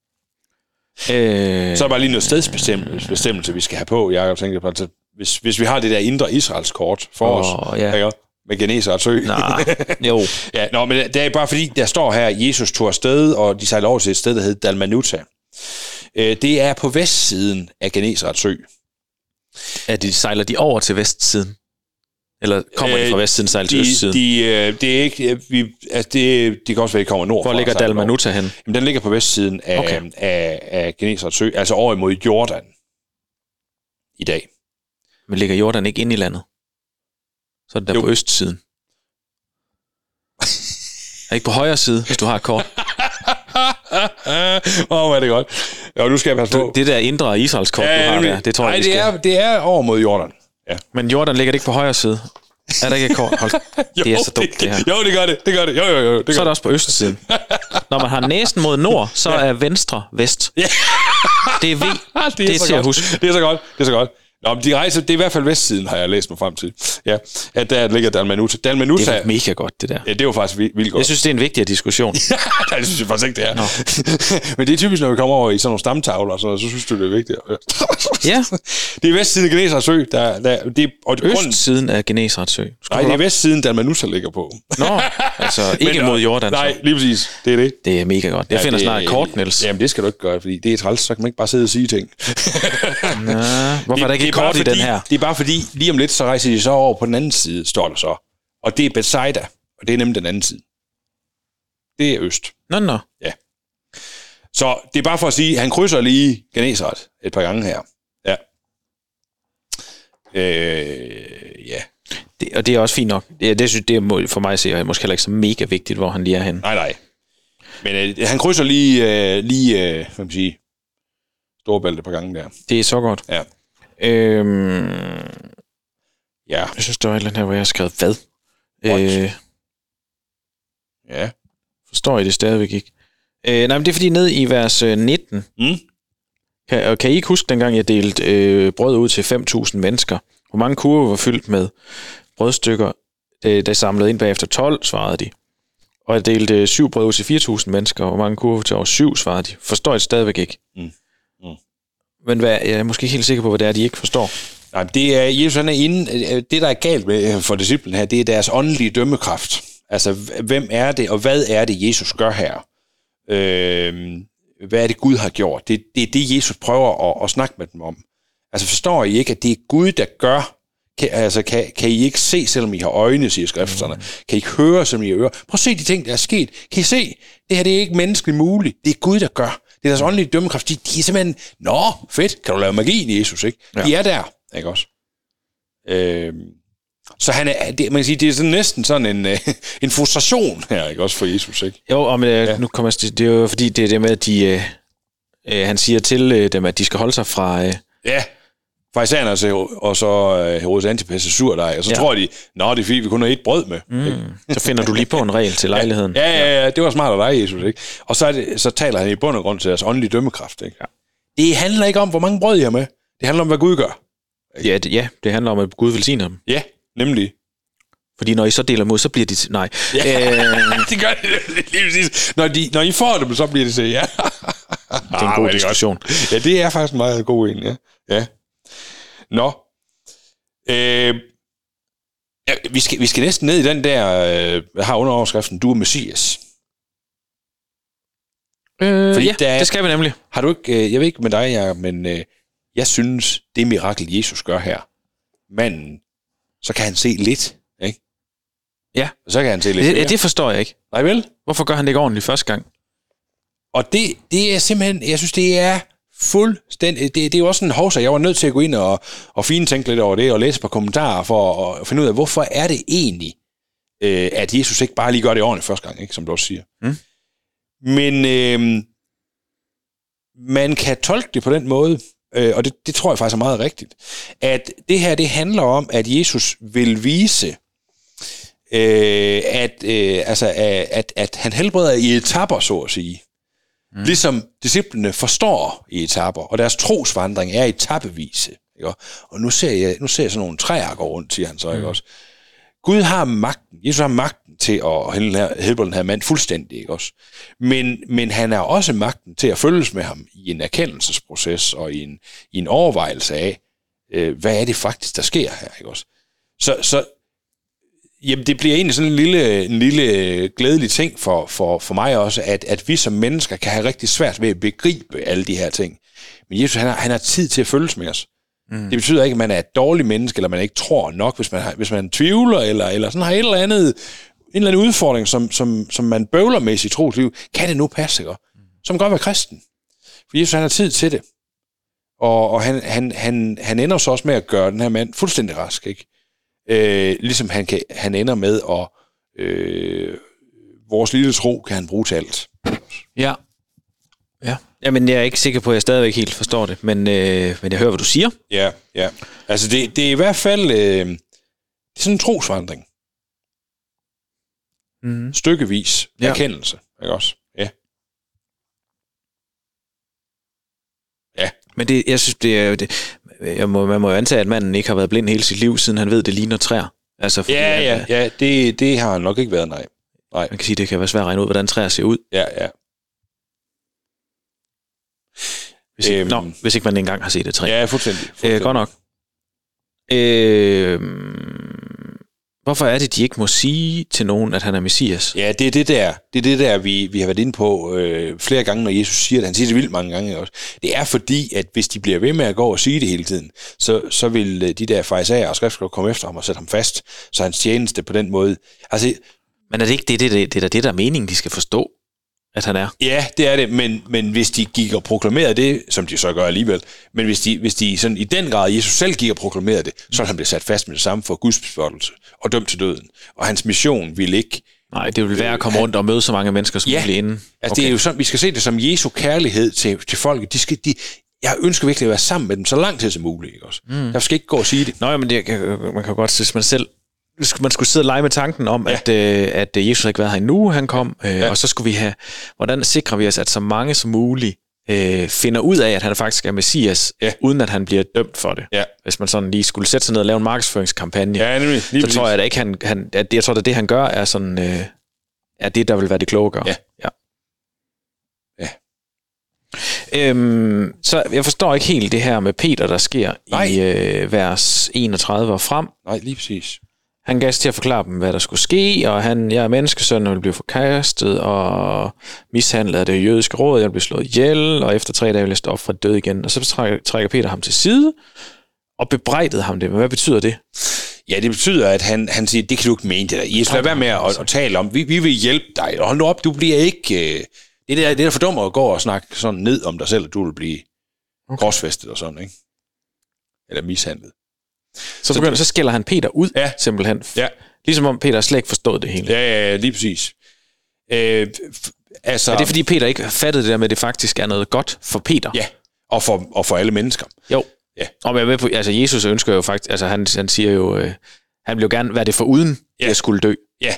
Øh, så er der bare lige noget stedsbestemmelse, vi skal have på. Jeg tænker på, at hvis, hvis vi har det der indre Israels kort for oh, os, ja. ikke? Med Genesaret sø. Nej, jo. Ja, nå, men det er bare fordi, der står her, Jesus tog afsted, og de sejler over til et sted, der hedder Dalmanuta. Det er på vestsiden af Genesaret sø. Er de, sejler de over til vestsiden? Eller kommer de fra vestsiden, sejler til østsiden? De, det er ikke, vi, altså det, de kan også være, de kommer nordfra. Hvor ligger Dalmanuta hen? Jamen, den ligger på vestsiden af, okay. af, af Genesaret sø, altså over imod Jordan i dag. Men ligger Jordan ikke inde i landet? Så er det der jo. På østsiden. Er ikke på højre side, hvis du har et kort? Åh, oh, er det godt. Jo, nu skal jeg passe på. Det der indre Israels kort, ja, du har der, det tror jeg, nej, vi skal. Nej, det er, det er over mod Jordan. Ja. Men Jordan ligger det ikke på højre side? Er der ikke et kort? Hold. jo, det er så dumt, det, det her. Jo, det gør det. Det gør det. Jo, jo, jo. Det gør så er det også på østsiden. Når man har næsen mod nord, så ja. er venstre vest. Ja. Det er V. det er, det er til at huske. Det er så godt. Det er så godt. Nå, men de rejser, det er i hvert fald vestsiden, har jeg læst mig frem til. Ja, at der ligger Dalmanuta. Dalmanuta. Det er mega godt, det der. Ja, det er jo faktisk vildt godt. Jeg synes, det er en vigtigere diskussion. Nej, det synes jeg faktisk ikke, det er. Men det er typisk, når vi kommer over i sådan nogle stamtavler, så, så synes du, det er vigtigt. Ja. Det er vestsiden af Genesarets sø. Der, der, det er, og østsiden af Genesarets sø. Nej, det er vestsiden, Dalmanuta ligger på. Nå, altså ikke Men, mod Jordan. Nej, lige præcis. Det er det. Det er mega godt. Jeg ja, finder det, snart et kort, Niels. Jamen, det skal du ikke gøre, fordi det er træls, så kan man ikke bare sidde og sige ting. Nå, hvorfor det, er der ikke et kort fordi, i den her? Det er bare fordi, lige om lidt, så rejser de så over på den anden side, står der så. Og det er Bethsaida, og det er nemlig den anden side. Det er øst. Nå, nå. Ja. Så det er bare for at sige, at han krydser lige Genesaret et par gange her. Ja. Øh, ja. Det, og det er også fint nok. Det, det synes det er for mig ser jeg måske heller ikke så mega vigtigt, hvor han lige er henne. Nej, nej. Men øh, han krydser lige, øh, lige øh, hvad kan man sige, Storebælt et par gange der. Det er så godt. Ja. Øhm, ja. Jeg synes, der var et eller andet her, hvor jeg har skrevet hvad. Øh, ja. Forstår I det stadigvæk ikke? Øh, nej, men det er fordi ned i vers nitten, mm. kan, kan I ikke huske dengang, jeg delte øh, brød ud til fem tusind mennesker? Hvor mange kurve var fyldt med brødstykker, det, der samlede ind bagefter tolv, svarede de. Og jeg delte syv brød ud til fire tusind mennesker, hvor mange kurve til over syv, svarede de. Forstår I det stadigvæk ikke? Mm. Mm. Men hvad, jeg er måske ikke helt sikker på, hvad det er, de ikke forstår. Nej, det er Jesus, han er inde, det der er galt med for disciplen her, det er deres åndelige dømmekraft. Altså, hvem er det, og hvad er det, Jesus gør her? Øh, hvad er det, Gud har gjort? Det, det er det, Jesus prøver at, at snakke med dem om. Altså, forstår I ikke, at det er Gud, der gør? Kan, altså, kan, kan I ikke se, selvom I har øjne, siger skrifterne? Mm. Kan I ikke høre, selvom I har ører? Prøv at se de ting, der er sket. Kan I se? Det her, det er ikke menneskeligt muligt. Det er Gud, der gør. Det er deres åndelige dømmekraft. De, de er simpelthen, nå, fedt, kan du lave magi i Jesus, ikke? Ja. De er der, ikke også? Øh, så han er, det, man kan sige, det er sådan næsten sådan en, øh, en frustration her, ikke også, for Jesus, ikke? Jo, og men, ja. nu kommer jeg til, det er jo fordi, det er det med, at de, øh, øh, han siger til øh, dem, at de skal holde sig fra... Øh, ja, farisæerne og så øh, Herodes Antipas og surdej, og så ja. tror de, nå, det er fordi, vi kun har et brød med. Mm. Så finder du lige på en regel til lejligheden. Ja, ja, ja, det var smart af dig, Jesus, ikke? Og så, er det, så taler han i bund og grund til deres åndelige dømmekraft, ikke? Ja. Det handler ikke om, hvor mange brød I har med. Det handler om, hvad Gud gør. Ja det, ja, det handler om, at Gud velsigner dem. Ja, nemlig. Fordi når I så deler mod, så bliver de til... Nej. Ja, øh... det gør det lige præcis. Når, de, når I får dem, så bliver det til... Ja. Det er en ah, god diskussion. Ja, det er faktisk en meget god en, ja. Ja. Nå. Øh... Ja, vi, skal, vi skal næsten ned i den der... Øh, jeg har under overskriften, du er Messias. Øh, Fordi ja, der, det skal vi nemlig. Har du ikke... Øh, jeg ved ikke med dig, ja, men... Øh, jeg synes, det mirakel, Jesus gør her, manden, så kan han se lidt, ikke? Ja. Så kan han se lidt det, det forstår jeg ikke. Nej vel? Hvorfor gør han det ikke ordentligt første gang? Og det, det er simpelthen, jeg synes, det er fuldstændig, det, det er jo også en hovsa, jeg var nødt til at gå ind og, og fintænke lidt over det, og læse på kommentarer for at finde ud af, hvorfor er det egentlig, øh, at Jesus ikke bare lige gør det ordentligt første gang, ikke? Som du også siger. Mm. Men øh, man kan tolke det på den måde, Øh, og det, det tror jeg faktisk er meget rigtigt, at det her, det handler om, at Jesus vil vise, øh, at, øh, altså, at, at han helbreder i etapper, så at sige. Mm. Ligesom disciplene forstår i etapper, og deres trosvandring er etappevis. Ikke? Og nu ser, jeg, nu ser jeg sådan nogle træer gå rundt, siger han så, ikke mm. også? Gud har magten, Jesus har magten til at helbrede den her mand fuldstændig, ikke også? Men, men han har også magten til at følges med ham i en erkendelsesproces og i en, i en overvejelse af, øh, hvad er det faktisk, der sker her, ikke også? Så, så jamen, det bliver egentlig sådan en lille, en lille glædelig ting for, for, for mig også, at, at vi som mennesker kan have rigtig svært ved at begribe alle de her ting. Men Jesus, han har, han har tid til at følges med os. Mm. Det betyder ikke, at man er et dårligt menneske, eller man ikke tror nok, hvis man, har, hvis man tvivler, eller, eller sådan har et eller andet, en eller anden udfordring, som, som, som man bøvler med i sit trosliv. Kan det nu passe, ikke? Som godt være kristen. For Jesus, han har tid til det. Og, og han, han, han, han ender så også med at gøre den her mand fuldstændig rask, ikke? Øh, ligesom han, kan, han ender med at øh, vores lille tro kan han bruge til alt. Ja. Ja. Jamen, jeg er ikke sikker på, at jeg stadigvæk helt forstår det, men, øh, men jeg hører, hvad du siger. Ja, ja. Altså, det, det er i hvert fald øh, det er sådan en trosvandring. Mm-hmm. Stykkevis ja. Erkendelse, ikke også? Ja. Ja. Men det, jeg synes, det er det, jeg må, man må jo antage, at manden ikke har været blind hele sit liv, siden han ved, at det ligner træer. Altså, fordi, ja, ja, ja. Det, det har han nok ikke været, nej. nej. Man kan sige, det kan være svært at regne ud, hvordan træer ser ud. Ja, ja. Hvis ikke, øhm, nå, hvis ikke man engang har set et træ. Ja, fuldstændig. fuldstændig. Øh, godt nok. Øh, hvorfor er det, de ikke må sige til nogen, at han er Messias? Ja, det er det der, det er det der vi, vi har været inde på øh, flere gange, når Jesus siger det. Han siger det vildt mange gange også. Det er fordi, at hvis de bliver ved med at gå og sige det hele tiden, så, så vil de der farisæer og skriftkloge komme efter ham og sætte ham fast, så hans tjeneste på den måde. Altså, men er det ikke det, det, det, det, det, det der er meningen, de skal forstå? At han er. Ja, det er det, men, men hvis de gik og proklamerede det, som de så gør alligevel, men hvis de, hvis de sådan i den grad, Jesus selv gik og proklamerede det, så ville han blive sat fast med det samme for Guds bespottelse og dømt til døden. Og hans mission ville ikke... Nej, det ville være at komme rundt og møde så mange mennesker som muligt ja, inden. Altså okay. Det er jo sådan, vi skal se det som Jesu kærlighed til, til folket. De skal, de, jeg ønsker virkelig at være sammen med dem så lang tid som muligt, ikke også? Mm. Jeg skal ikke gå og sige det. Nå, men det, man kan godt se, man selv... Man skulle sidde og lege med tanken om, ja. at, øh, at Jesus ikke været her endnu, han kom, øh, ja. og så skulle vi have, hvordan sikrer vi os, at så mange som muligt øh, finder ud af, at han faktisk er Messias, ja. uden at han bliver dømt for det. Ja. Hvis man sådan lige skulle sætte sig ned og lave en markedsføringskampagne, ja, nemlig, så tror jeg, at ikke han, han at jeg tror, at det han gør er sådan, øh, er det der vil være det kloge at gøre. Ja. Ja. Ja. Øhm, så jeg forstår ikke helt det her med Peter, der sker Nej. i øh, vers enogtredive og frem. Nej, lige præcis. Han gav sig til at forklare dem, hvad der skulle ske, og han, jeg er menneskesøn, og vil blive forkastet, og mishandlet af det jødiske råd, jeg vil blive slået ihjel, og efter tre dage vil jeg stå op fra død igen. Og så trækker, trækker Peter ham til side, og bebrejdede ham det. Men hvad betyder det? Ja, det betyder, at han, han siger, det kan du ikke mene det der. Jesus, lad være med at, at tale om, vi, vi vil hjælpe dig, og hold nu op, du bliver ikke... Øh, det, der, det er for dumt at gå og snakke sådan ned om dig selv, at du vil blive okay. korsfæstet og sådan, ikke? Eller mishandlet. Så, begynder, så skælder han Peter ud, ja. simpelthen. Ja. Ligesom om Peter slet ikke forstod det hele. Ja, ja, lige præcis. Øh, altså, er det fordi Peter ikke fattede det der med, at det faktisk er noget godt for Peter? Ja, og for, og for alle mennesker. Jo. Ja. Og jeg er med på, altså Jesus ønsker jo faktisk, altså han, han siger jo, øh, han vil jo gerne være det foruden, ja. at skulle dø. Ja.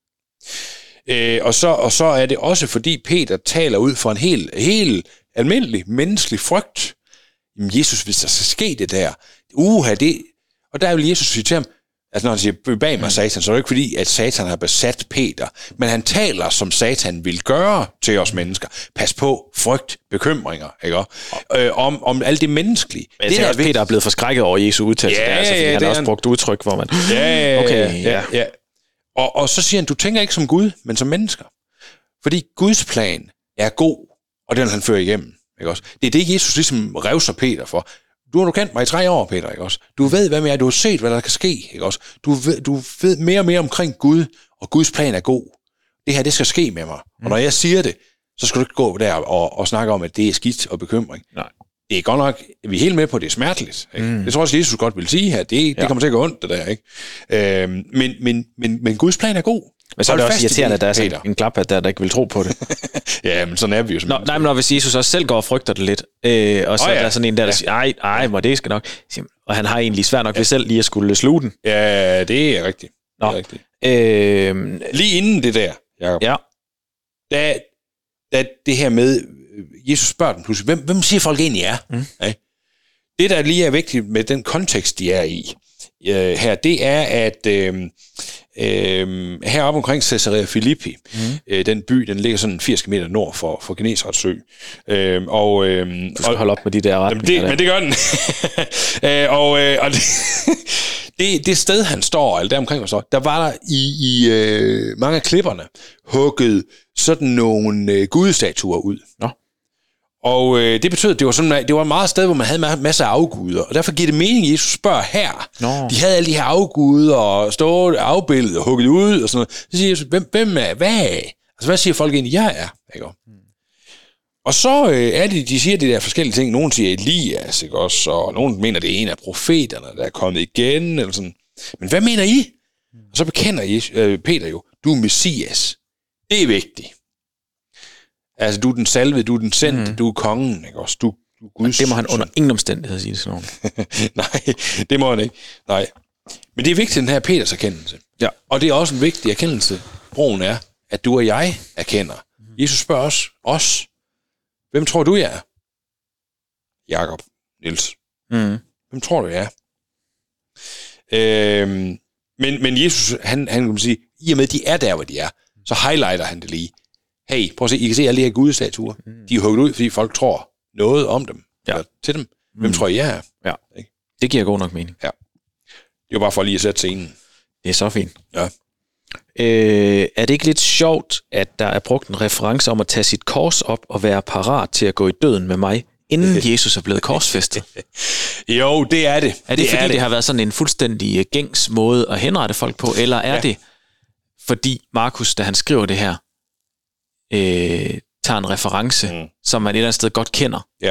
Øh, og, så, og så er det også fordi Peter taler ud fra en helt, helt almindelig menneskelig frygt. Jamen Jesus, hvis der skal ske det der, uha, det... Og der vil Jesus sige til ham, altså når han siger, bag mig Satan, så er det ikke fordi, at Satan har besat Peter, men han taler, som Satan vil gøre til os mennesker. Pas på, frygt, bekymringer, ikke? Øh, om, om alt det menneskelige. Men det er også, Peter er blevet forskrækket over Jesu udtalelse, ja, der, altså, fordi ja, han har også han... brugt udtryk, hvor man... Ja, okay, ja, ja. ja. Og, og så siger han, du tænker ikke som Gud, men som mennesker. Fordi Guds plan er god, og den han fører igennem, ikke også? Det er det, Jesus ligesom revser Peter for. Du har du kendt mig i tre år, Peter, ikke også? Du ved, hvad med er, du har set, hvad der kan ske, ikke også? Du ved, du ved mere og mere omkring Gud, og Guds plan er god. Det her, det skal ske med mig. Mm. Og når jeg siger det, så skal du ikke gå der og, og snakke om, at det er skidt og bekymring. Nej. Det er godt nok, vi er helt med på, at det er smerteligt. Ikke? Mm. Det tror jeg også, Jesus godt vil sige her. Det, det ja. kommer til at gå ondt, det der, ikke? Øhm, men, men, men, men Guds plan er god. Men så er det også irriterende, at der er sådan en klaphat der, der ikke vil tro på det. Ja, men sådan er vi jo. Nå, nej, men når hvis Jesus også selv går og frygter det lidt, øh, og så oh, ja. er der sådan en der, der ja. siger, ej, ej, må det skal nok. Og han har egentlig svært nok ja. ved selv lige at skulle sluge den. Ja, det er rigtigt. Nå. Det er rigtigt. Øh, lige inden det der, Jacob, ja. da, da det her med, Jesus spørger dem pludselig, hvem, hvem siger folk egentlig er? Mm. Ja? Det, der lige er vigtigt med den kontekst, de er i øh, her, det er, at øh, øh, heroppe omkring Caesarea Philippi, mm. øh, den by, den ligger sådan firs kilometer nord for, for Genesarets sø. Øh, og, øh, du skal og, holde op med de der retninger. Det, men det gør den. øh, og øh, og det, det, det sted, han står, eller der omkring, så, der var der i, i øh, mange af klipperne hugget sådan nogle øh, gudestatuer ud. Nå. Og øh, det betød, at det var, sådan, det var et meget sted, hvor man havde masser af afguder. Og derfor giver det mening, at Jesus spørger her. Nå. De havde alle de her afguder og stået afbildet og hugget ud og sådan noget. Så siger Jesus, hvem, hvem er, hvad er? Altså, hvad siger folk egentlig, jeg er? Ikke? Hmm. Og så øh, er det, de siger de der forskellige ting. Nogle siger Elias, ikke også? Og nogen mener, det er en af profeterne, der er kommet igen. Eller sådan. Men hvad mener I? Hmm. Og så bekender Jesus, øh, Peter jo, du er Messias. Det er vigtigt. Altså, du er den salvede, du er den sendte, mm. du er kongen, ikke også? Du, du er Guds. Det må han under ingen omstændighed sige til nogen. Nej, det må han ikke. Nej. Men det er vigtigt, den her Peters erkendelse. Ja. Og det er også en vigtig erkendelse, broen er, at du og jeg erkender. Mm. Jesus spørger os, os, hvem tror du, jeg er? Jakob, Niels. Mm. Hvem tror du, jeg er? Øhm, men, men Jesus, han, han kan sige, i og med, at de er der, hvor de er, så highlighter han det lige. Hey, prøv at se, I kan se alle de her gudestatuer. Mm. De er hugget ud, fordi folk tror noget om dem. Ja. Eller til dem. Hvem mm. tror I, jeg er? Ja, ikke? Det giver god nok mening. Ja. Det er jo bare for lige at sætte scenen. Det er så fint. Ja. Øh, er det ikke lidt sjovt, at der er brugt en reference om at tage sit kors op og være parat til at gå i døden med mig, inden Jesus er blevet korsfæstet? Jo, det er det. Er det, det fordi, er det. det har været sådan en fuldstændig gængs måde at henrette folk på, eller er ja. det, fordi Markus, da han skriver det her, øh, tager en reference, mm. som man et eller andet sted godt kender? Ja.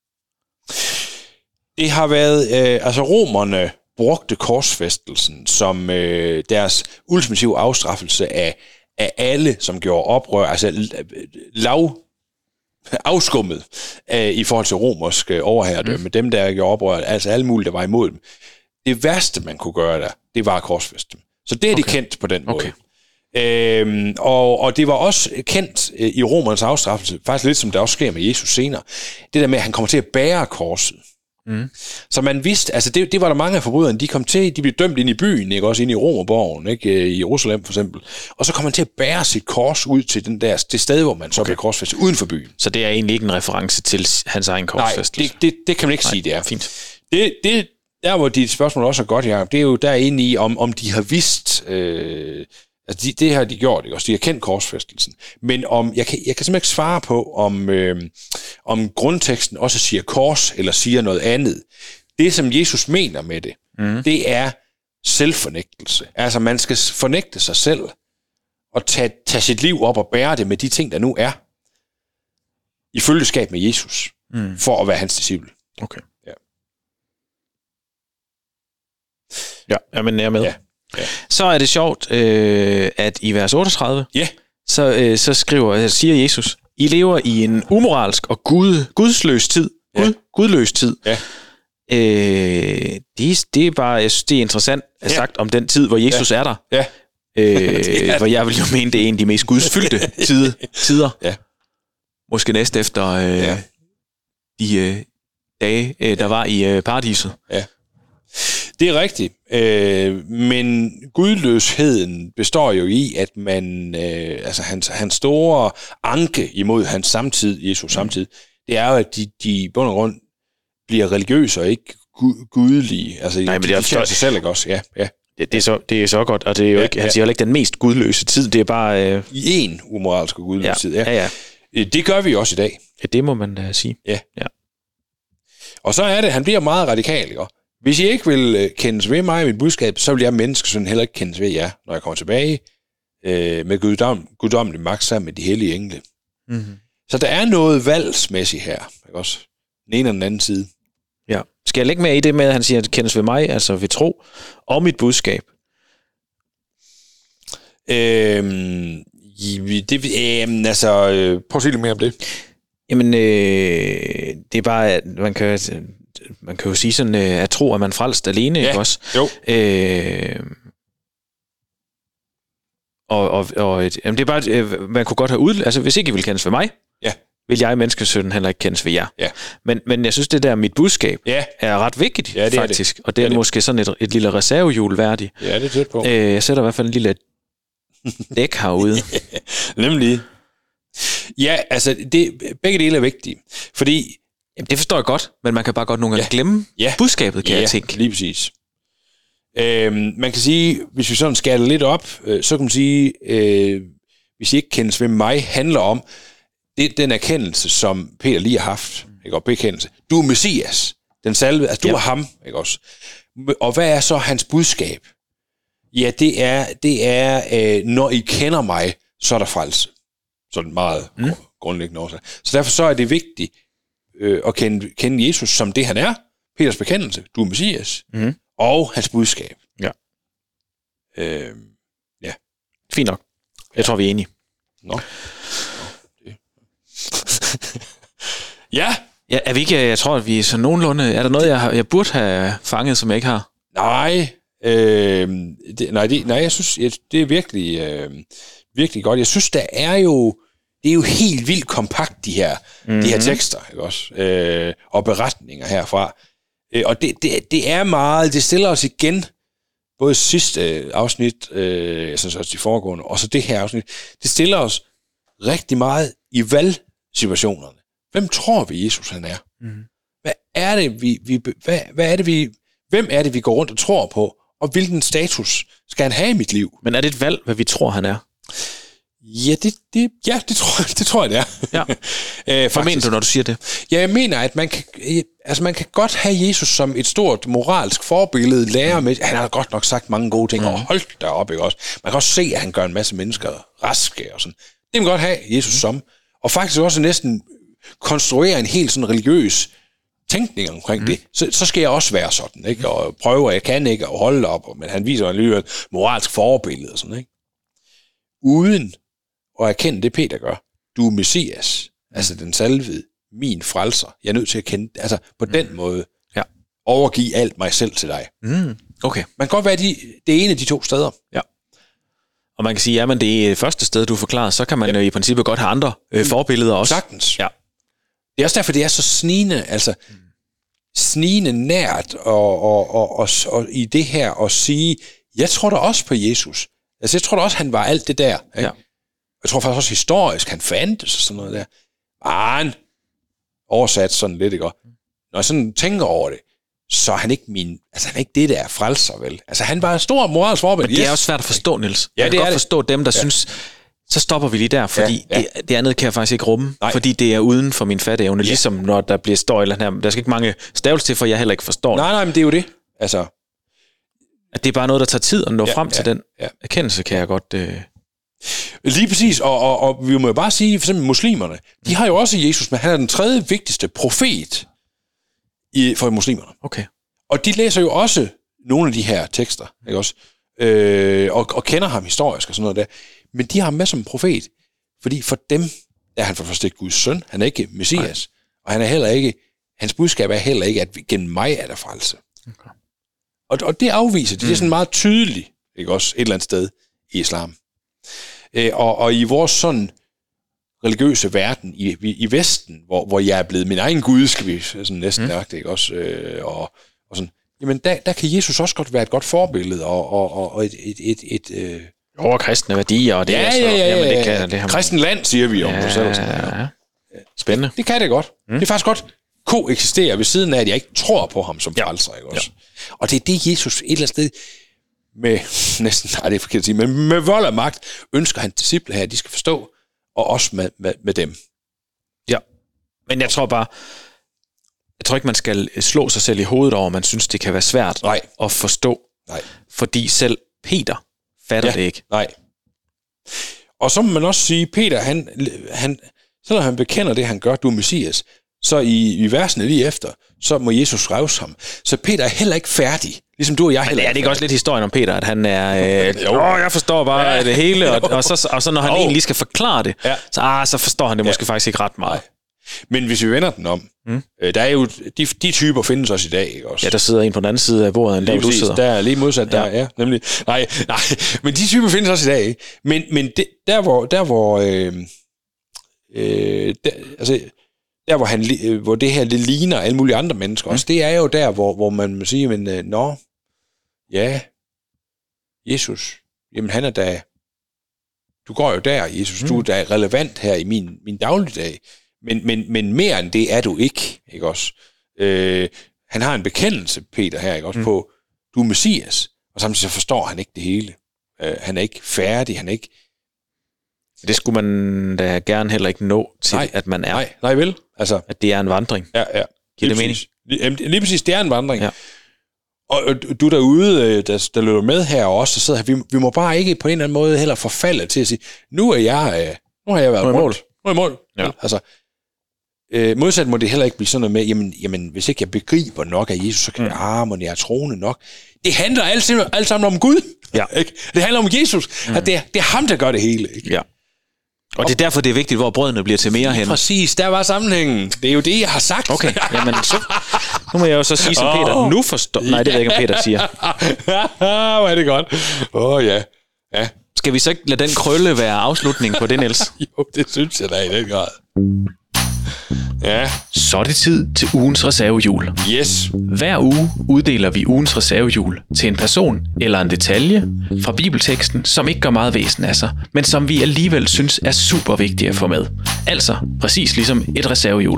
Det har været, øh, altså romerne brugte korsfæstelsen som øh, deres ultimative afstraffelse af, af alle, som gjorde oprør, altså lav afskummet øh, i forhold til romersk øh, overherredømme, mm. dem der gjorde oprør, altså alle mulige, der var imod dem. Det værste, man kunne gøre der, det var at korsfæste dem. Så det er okay. det kendt på den måde. Okay. Øhm, og, og det var også kendt øh, i romernes afstraffelse, faktisk lidt som det også sker med Jesus senere, det der med, at han kommer til at bære korset. Mm. Så man vidste, altså det, det var der mange af forbryderne, de kom til, de blev dømt ind i byen, ikke også ind i Romerborgen, ikke i Jerusalem for eksempel, og så kom man til at bære sit kors ud til den der, det sted, hvor man så okay. blev korsfæstet uden for byen. Så det er egentlig ikke en reference til hans egen korsfæstelse? Nej, det, det, det kan man ikke Nej, sige, det er. Fint. Det, det, der hvor dit spørgsmål også er godt, Jacob, det er jo derinde i, om, om de har vidst, øh, altså de, det har de gjort, ikke også, de har kendt korsfæstelsen, men om, jeg kan, jeg kan simpelthen ikke svare på, om, øh, om grundteksten også siger kors, eller siger noget andet. Det, som Jesus mener med det, mm. det er selvfornægtelse. Altså, man skal fornægte sig selv, og tage, tage sit liv op og bære det med de ting, der nu er, i følgeskab med Jesus, mm. for at være hans disciple. Okay. Ja. Ja, jamen jeg er med. Ja. Ja. Så er det sjovt, øh, at i vers otteogtredive, yeah. så, øh, så skriver, siger Jesus, I lever i en umoralsk og gud, gudsløs tid. Gud, yeah. Gudløs tid. Yeah. Øh, det, det er bare, jeg synes, det er interessant at yeah. sagt om den tid, hvor Jesus yeah. er der. Yeah. Øh, hvor jeg vil jo mene, det er en af de mest gudsfyldte tider. tider. Yeah. Måske næst efter øh, yeah. de øh, dage, øh, der var i øh, paradiset. Ja. Det er rigtigt, øh, men gudløsheden består jo i, at man, øh, altså hans, hans store anke imod hans samtid, Jesus samtid, det er jo, at de, de i bund og grund bliver religiøse og ikke gu- gudelige. Altså, Nej, men de, det er de kender sig selv, ikke også? Ja, ja. Det, det, er så, det er så godt, og det er jo ja, ikke, han siger jo ikke den mest gudløse tid, det er bare... Øh... I en umoralsk og gudløs ja, tid, ja. ja, ja. Det gør vi også i dag. Ja, det må man da sige. Ja. ja. Og så er det, han bliver meget radikal, ikke? Hvis I ikke vil kendes ved mig i mit budskab, så vil jeg menneskesøn heller ikke kendes ved jer, når jeg kommer tilbage øh, med guddom, guddommelig magt sammen med de hellige engle. Mm-hmm. Så der er noget valgsmæssigt her, ikke også? Den ene og den anden side. Ja. Skal jeg lægge med i det med, at han siger, at kendes ved mig, altså ved tro, og mit budskab? Øhm, det, øh, altså, øh, prøv at sige lidt mere om det. Jamen, øh, det er bare, at man kan... Man kan jo sige sådan, at tro, at man frelst alene, ja, ikke også? Jo. Øh, og, og, og et, jamen det er bare, øh, man kunne godt have ud... Altså, hvis ikke I vil kendes ved mig, ja. vil jeg, menneskesønnen, heller ikke kendes ved jer. Ja. Men, men jeg synes, det der mit budskab ja. er ret vigtigt, ja, det faktisk. Er det. Og det er, det er måske sådan et, et lille reservehjul værdigt. Ja, det er tæt på. Øh, jeg sætter i hvert fald en lille dæk herude. Nemlig. Ja, altså, det, begge dele er vigtige. Fordi... Jamen, det forstår jeg godt, men man kan bare godt nogle gange ja. glemme ja. budskabet, kan ja, jeg tænke. Lige præcis. Øhm, man kan sige, hvis vi sådan skærer det lidt op, øh, så kan man sige, øh, hvis I ikke kendes ved mig, handler om det, den erkendelse, som Peter lige har haft, ikke? Og bekendelse. Du er Messias, den salvede, altså du ja. er ham, ikke også? Og hvad er så hans budskab? Ja, det er, det er øh, når I kender mig, så er der frelse. Sådan meget mm. grundlæggende årsag. Så derfor så er det vigtigt, og kende, kende Jesus som det, han er. Peters bekendelse, du er Messias, mm. og hans budskab. Ja. Øh, ja. Fint nok. Jeg ja. tror, vi er enige. Nå. Nå. ja. Ja, er vi ikke, jeg tror, at vi er så nogenlunde... Er der noget, jeg, har, jeg burde have fanget, som jeg ikke har? Nej. Øh, det, nej, det, nej, jeg synes, jeg, det er virkelig, øh, virkelig godt. Jeg synes, der er jo... Det er jo helt vildt kompakt, de her, mm-hmm. de her tekster, ikke også? Øh, og beretninger herfra. Øh, og det, det, det er meget... Det stiller os igen... Både sidste afsnit, øh, jeg synes også de foregående, og så det her afsnit, det stiller os rigtig meget i valgsituationerne. Hvem tror vi, Jesus han er? Mm. Hvad er det, vi, vi, hvad, hvad er det, vi, hvem er det, vi går rundt og tror på, og hvilken status skal han have i mit liv? Men er det et valg, hvad vi tror, han er? Ja, det, det, ja, det, tror, det tror jeg, det er. Ja. Æh, hvad mener du, når du siger det? Ja, jeg mener, at man kan, altså man kan godt have Jesus som et stort moralsk forbillede, lærer med. Han har godt nok sagt mange gode ting, mm. og holdt derop, ikke også? Man kan også se, at han gør en masse mennesker raske og sådan. Det kan man godt have Jesus mm. som. Og faktisk også næsten konstruere en helt sådan religiøs tænkning omkring mm. det. Så, så skal jeg også være sådan, ikke? Og prøve, jeg kan ikke, og holde op. Men han viser en et moralsk forbillede og sådan, ikke? Uden og erkende det, Peter gør. Du er Messias, mm. altså den salvede, min frelser. Jeg er nødt til at kende, altså på mm. den måde, ja. Overgive alt mig selv til dig. Mm. Okay. Man kan godt være de, det ene af de to steder. Ja. Og man kan sige, jamen det er første sted, du forklarer, så kan man ja. i princippet godt have andre øh, forbilleder også. Sagtens. Ja. Det er også derfor, det er så snigende, altså mm. snigende nært, og, og, og, og, og i det her at sige, jeg tror da også på Jesus. Altså jeg tror da også, han var alt det der, ikke? Ja. Jeg tror faktisk også historisk, han fandtes og sådan noget der. Men oversat sådan lidt, ikke? Når jeg sådan tænker over det, så er han ikke min, altså han er ikke det, der er frelser, vel? Altså han var en stor moralsk forbillede. Men det er også svært at forstå, Niels. Ja, jeg kan godt det. forstå dem, der ja. synes, så stopper vi lige der, fordi ja, ja. Det, det andet kan jeg faktisk ikke rumme, Nej. fordi det er uden for min fatteevne, ja. ligesom når der bliver støj eller her. Der skal ikke mange stavelser til, for jeg heller ikke forstår Nej, nej, men det er jo det. Altså at det er bare noget, der tager tid at nå ja, frem ja, til den ja. erkendelse, kan jeg godt... Øh... Lige præcis, og, og, og vi må jo bare sige, for eksempel muslimerne, de har jo også Jesus, men han er den tredje vigtigste profet i, for muslimerne. Okay. Og de læser jo også nogle af de her tekster, ikke også? Øh, og, og kender ham historisk og sådan noget der. Men de har ham med som profet, fordi for dem er han for først ikke Guds søn, han er ikke Messias, Nej. og han er heller ikke, hans budskab er heller ikke, at gennem mig er der frelse. Okay. Og, og det afviser de, mm. det er sådan meget tydeligt, ikke også, et eller andet sted i islam. Øh, og, og i vores sådan religiøse verden, i, i Vesten, hvor, hvor jeg er blevet min egen Gud, skal vi sådan næsten mm. ikke også, øh, og, og sådan, jamen der, der kan Jesus også godt være et godt forbillede, og, og, og et, et, et, et øh... over kristne værdier, og det ja, er så, ja, ja, ja, jamen det kan det her. Kristen land, siger vi om ja, os selv. Ja, ja. Spændende. Det kan det godt. Mm. Det er faktisk godt koeksistere ved siden af, at jeg ikke tror på ham som frelser, ikke også? Ja. Og det er det, Jesus et eller andet sted med, næsten, nej, det er forkert at sige, men med vold og magt, ønsker han disciple her, de skal forstå, og også med, med, med dem. Ja, men jeg tror bare, jeg tror ikke, man skal slå sig selv i hovedet over, man synes, det kan være svært nej. at forstå. Nej. Fordi selv Peter fatter ja, det ikke. Nej. Og så må man også sige, Peter, han, han, selvom han bekender det, han gør, du er Messias, så i, i versene lige efter, så må Jesus revse ham. Så Peter er heller ikke færdig. Ligesom du og jeg heller ikke. Men er det ikke også lidt historien om Peter, at han er... Øh, Åh, jeg forstår bare ja. det hele, og, og, så, og så når han jo. egentlig skal forklare det, ja. så, ah, så forstår han det måske ja. faktisk ikke ret meget. Nej. Men hvis vi vender den om, mm. øh, der er jo... De, de typer findes også i dag, ikke også? Ja, der sidder en på den anden side af bordet, end der du sidder. Der er lige modsat der, ja. ja nemlig. Nej, nej, men de typer findes også i dag, ikke? Men, men det, der hvor... Der, hvor øh, øh, der, altså... Der, hvor, han, hvor det her det ligner alle mulige andre mennesker også, mm. det er jo der, hvor, hvor man må sige, men øh, nå, ja, Jesus, jamen han er da, du går jo der, Jesus, mm. du er da relevant her i min, min dagligdag, men, men, men mere end det er du ikke, ikke også? Øh, han har en bekendelse, Peter, her, ikke også, mm. på, du er Messias, og samtidig så forstår han ikke det hele. Øh, han er ikke færdig, han er ikke... Det skulle man da gerne heller ikke nå til, nej, at man er. Nej, nej vel. Altså, at det er en vandring. Ja, ja. Giver det mening? Lige, lige præcis, det er en vandring. Ja. Og du derude, der, der løber med her og også, der sidder her, vi, vi må bare ikke på en eller anden måde heller forfalde til at sige, nu er jeg, nu har jeg været rundt. Mål. Nu er jeg mål. Ja. Altså, øh, modsat må det heller ikke blive sådan noget med, jamen, jamen hvis ikke jeg begriber nok af Jesus, så kan mm. jeg, ah, må jeg er troende nok. Det handler alt, alt sammen om Gud. Ja. Ikke? Det handler om Jesus. Mm. At det, er, det er ham, der gør det hele. Ikke? Ja. Og det er derfor, det er vigtigt, hvor brødene bliver til mere hen. Præcis, der var sammenhængen. Det er jo det, jeg har sagt. Okay, jamen så... Nu må jeg jo så sige, som Peter oh. nu forstår... Nej, det ved jeg ikke, om Peter siger. Hvor er det godt. Åh, oh, ja. Ja. Skal vi så ikke lade den krølle være afslutningen på det, Niels? Jo, det synes jeg da i den grad. Ja. Så er det tid til ugens reservehjul. Yes. Hver uge uddeler vi ugens reservehjul til en person eller en detalje fra bibelteksten, som ikke gør meget væsen af sig, men som vi alligevel synes er super vigtige at få med. Altså præcis ligesom et reservehjul.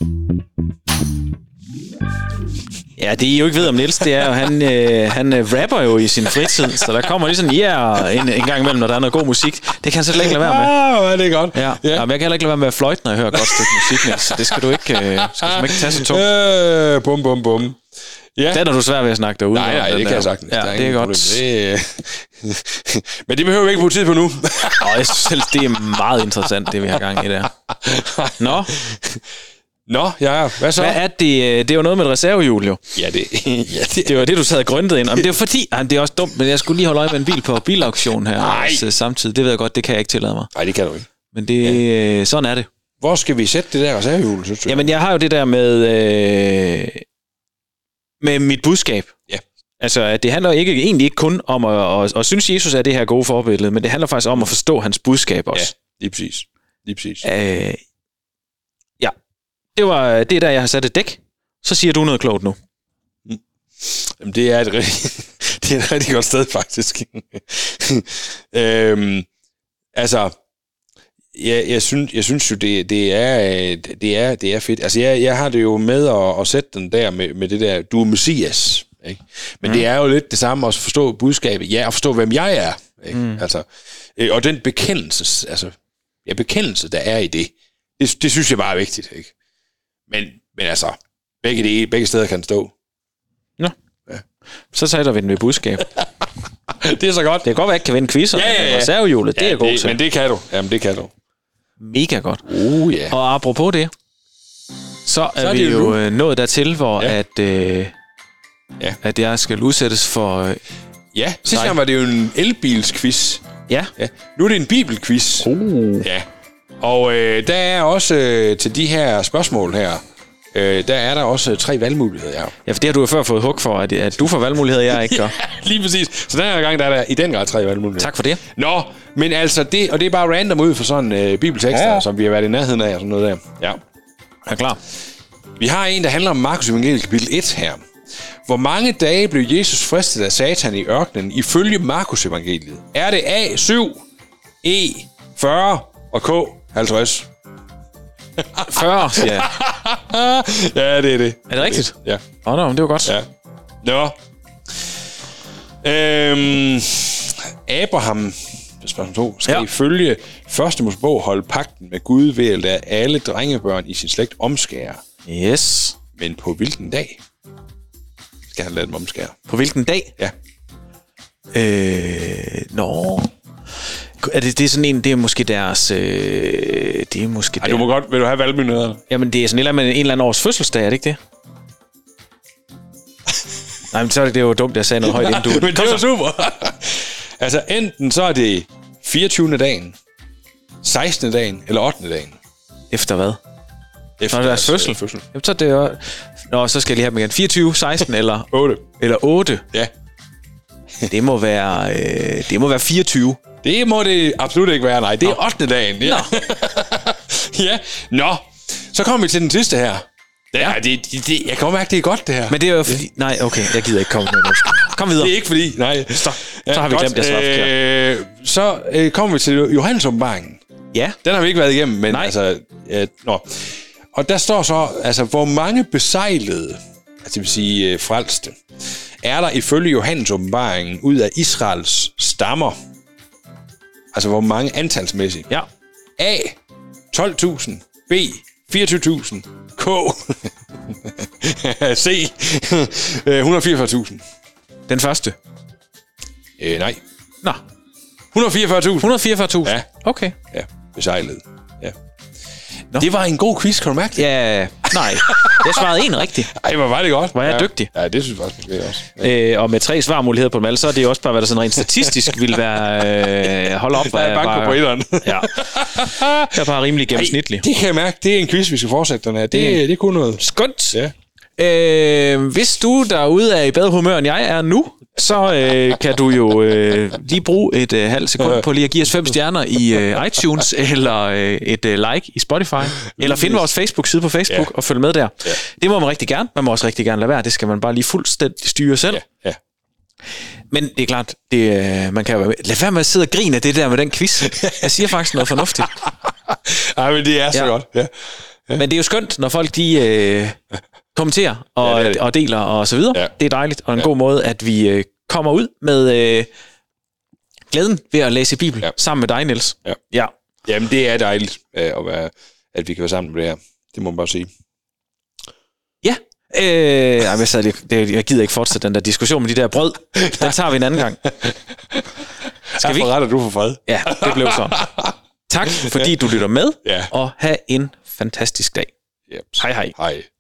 Ja, det I jo ikke ved om Niels, det er jo, han, øh, han øh, rapper jo i sin fritid, så der kommer lige sådan, yeah, en, en gang imellem, når der er noget god musik. Det kan han slet ikke lade være med. Ah, det er godt. Ja. Ja. Jamen, jeg kan heller ikke lade være med at fløjte, når jeg hører godt stykke musik, Niels, så det skal du ikke, øh, skal du ikke tage så tungt. Øh, bum, bum, bum. Ja. Den er du svær ved at snakke derude. Nej, nej, det kan der. Jeg sagtens. Ja, det er godt. Det, men det behøver vi ikke bruge tid på nu. Og jeg synes selv, det er meget interessant, det vi har gang i der. Nå. Nå, ja, hvad så? Hvad er det? Det er jo noget med et reservehjul, jo. Ja, det, ja, det, det var det, du sad grøntet ind. Jamen, det er jo fordi, jamen, det er også dumt, men jeg skulle lige holde øje med en bil på bilauktion her altså, samtidig. Det ved jeg godt, det kan jeg ikke tillade mig. Nej, det kan du ikke. Men det, ja. Sådan er det. Hvor skal vi sætte det der reservehjul, synes du? Jamen, jeg har jo det der med, øh, med mit budskab. Ja. Altså, det handler ikke, egentlig ikke kun om at, at, at synes, Jesus er det her gode forbillede, men det handler faktisk om at forstå hans budskab også. Ja, lige præcis. Lige præcis. Øh, ja. Det var det der, jeg har sat et dæk. Så siger du noget klogt nu. Mm. Jamen, det er et rigtig, det er et rigtig godt sted, faktisk. øhm, altså, jeg, jeg, synes, jeg synes jo, det, det, er, det, er, det er fedt. Altså, jeg, jeg har det jo med at, at sætte den der med, med det der, du er Messias. Ikke? Men mm. det er jo lidt det samme at forstå budskabet. Ja, at forstå, hvem jeg er. Ikke? Mm. Altså, og den bekendelse, altså, ja, bekendelse, der er i det, det, det synes jeg bare er vigtigt, ikke? Men, men altså, begge, de, begge steder kan stå. Nå. Ja. Så sætter vi den ved budskab. Det er så godt. Det kan godt være, at jeg ikke kan vinde quizzer. Ja, ja, ja. Reservehjulet, det ja, er god det, til. Men det kan du. Jamen, det kan du. Mega godt. Uh, yeah. Og apropos det, så er, så er vi jo nu. nået dertil, hvor ja. at, øh, ja. at jeg skal udsættes for... Øh, ja, sidste gang var det jo en elbilsquiz. Ja. ja. Nu er det en bibelquiz. Uh. Ja. Og øh, der er også øh, til de her spørgsmål her, øh, der er der også øh, tre valgmuligheder. Ja. ja, for det har du jo før fået hug for, at, at du får valgmuligheder, jeg ikke gør. Ja, lige præcis. Så den her gang, der er der i den grad tre valgmuligheder. Tak for det. Nå, men altså, det, og det er bare random ud for sådan øh, bibeltekster, ja. som vi har været i nærheden af og sådan noget der. Ja. Jeg er klar. Vi har en, der handler om Markus evangeliet kapitel et her. Hvor mange dage blev Jesus fristet af Satan i ørkenen ifølge Markus evangeliet? Er det A syv, E fyrre og K halvtreds? fyrre, siger jeg. Ja, det er det. Er det rigtigt? Ja. Åh, oh, no, det var godt. Ja. Nå. Øhm, Abraham, spørgsmål to, skal ja. ifølge første Mosebog holde pagten med Gud ved at lade alle drengebørn i sin slægt omskære. Yes. Men på hvilken dag skal han lade dem omskære? På hvilken dag? Ja. Øh, nå... Er det, det er sådan en, det er måske deres... Øh, det er måske Ej, du må godt... Vil du have valgmuligheder? Jamen, det er sådan en eller anden, en eller anden års fødselsdag, er det ikke det? Nej, men så er det, det er jo dumt, jeg sagde noget højt, inden du... Men det var super! Altså, enten så er det fireogtyvende dagen, sekstende dagen, eller ottende dagen. Efter hvad? Efter Nå, deres fødsel. fødsel. Jamen, så er det jo... Nå, så skal jeg lige have dem igen. fireogtyve, seksten eller... otte. Eller otte. Ja. Det må være... Øh, det må være fireogtyve. Det må det absolut ikke være, nej. Det er ottende dagen. Ja. Nå. Ja. Nå. Så kommer vi til den sidste her. Ja, det, det, det, jeg kan mærke, det er godt, det her. Men det er jo fordi... Nej, okay, jeg gider ikke komme med noget. Kom videre. Det er ikke fordi... Nej. Stop. Så har vi glemt, jeg svarer øh, Så øh, kommer vi til Johannes åbenbaringen. Ja. Den har vi ikke været igennem, men nej. altså... Øh, nå. Og der står så, altså, hvor mange besejlede, altså det vil sige øh, frelste, er der ifølge Johannes åbenbaringen ud af Israels stammer? Altså, hvor mange antalsmæssigt? Ja. A. tolv tusind. B. fireogtyve tusind. K. C. et hundrede og fireogfyrre tusind. Den første? Øh, nej. Nå. et hundrede og fireogfyrre tusind. et hundrede og fireogfyrre tusind? Ja. Okay. Ja, besejlet. Ja. Nå. Det var en god quiz, kan du mærke det? Ja, nej. Jeg svarede en rigtig. Ej, hvor var det godt. Var jeg ja. dygtig? Ja, det synes jeg faktisk, det også. Ja. Øh, og med tre svarmuligheder på dem alle, så er det jo også bare, hvad der sådan rent statistisk ville være... Øh, hold op, der er banko på etteren. Ja. Det er bare rimelig gennemsnitlig. Ej, det kan jeg mærke. Det er en quiz, vi skal fortsætte den her. Det, det, det kunne noget. Skønt. Ja. Øh, hvis du derude er i bedre humør, end jeg er nu, så øh, kan du jo øh, lige bruge et øh, halvt sekund på lige at give os fem stjerner i øh, iTunes, eller øh, et øh, like i Spotify, eller finde vores Facebook-side på Facebook ja. og følge med der. Ja. Det må man rigtig gerne. Man må også rigtig gerne lade være. Det skal man bare lige fuldstændig styre selv. Ja. Ja. Men det er klart, det, øh, man kan jo lade være med at sidde og grine af det der med den quiz. Jeg siger faktisk noget fornuftigt. Ej, men det er så ja. godt. Ja. Ja. Men det er jo skønt, når folk de... Øh, kommenterer og, ja, det det. og deler og så videre. Ja. Det er dejligt, og en ja. god måde, at vi øh, kommer ud med øh, glæden ved at læse Bibel ja. sammen med dig, Niels. Ja. Ja. Jamen, det er dejligt, øh, at, være, at vi kan være sammen med det her. Det må man bare sige. Ja. Øh, jeg, sad lige, det, jeg gider ikke fortsætte den der diskussion med de der brød. Den tager vi en anden gang. Skal vi ikke? Retter du for fred. Ja, det blev så. Tak, fordi du lytter med, ja. og have en fantastisk dag. Yep. Hej hej. Hej.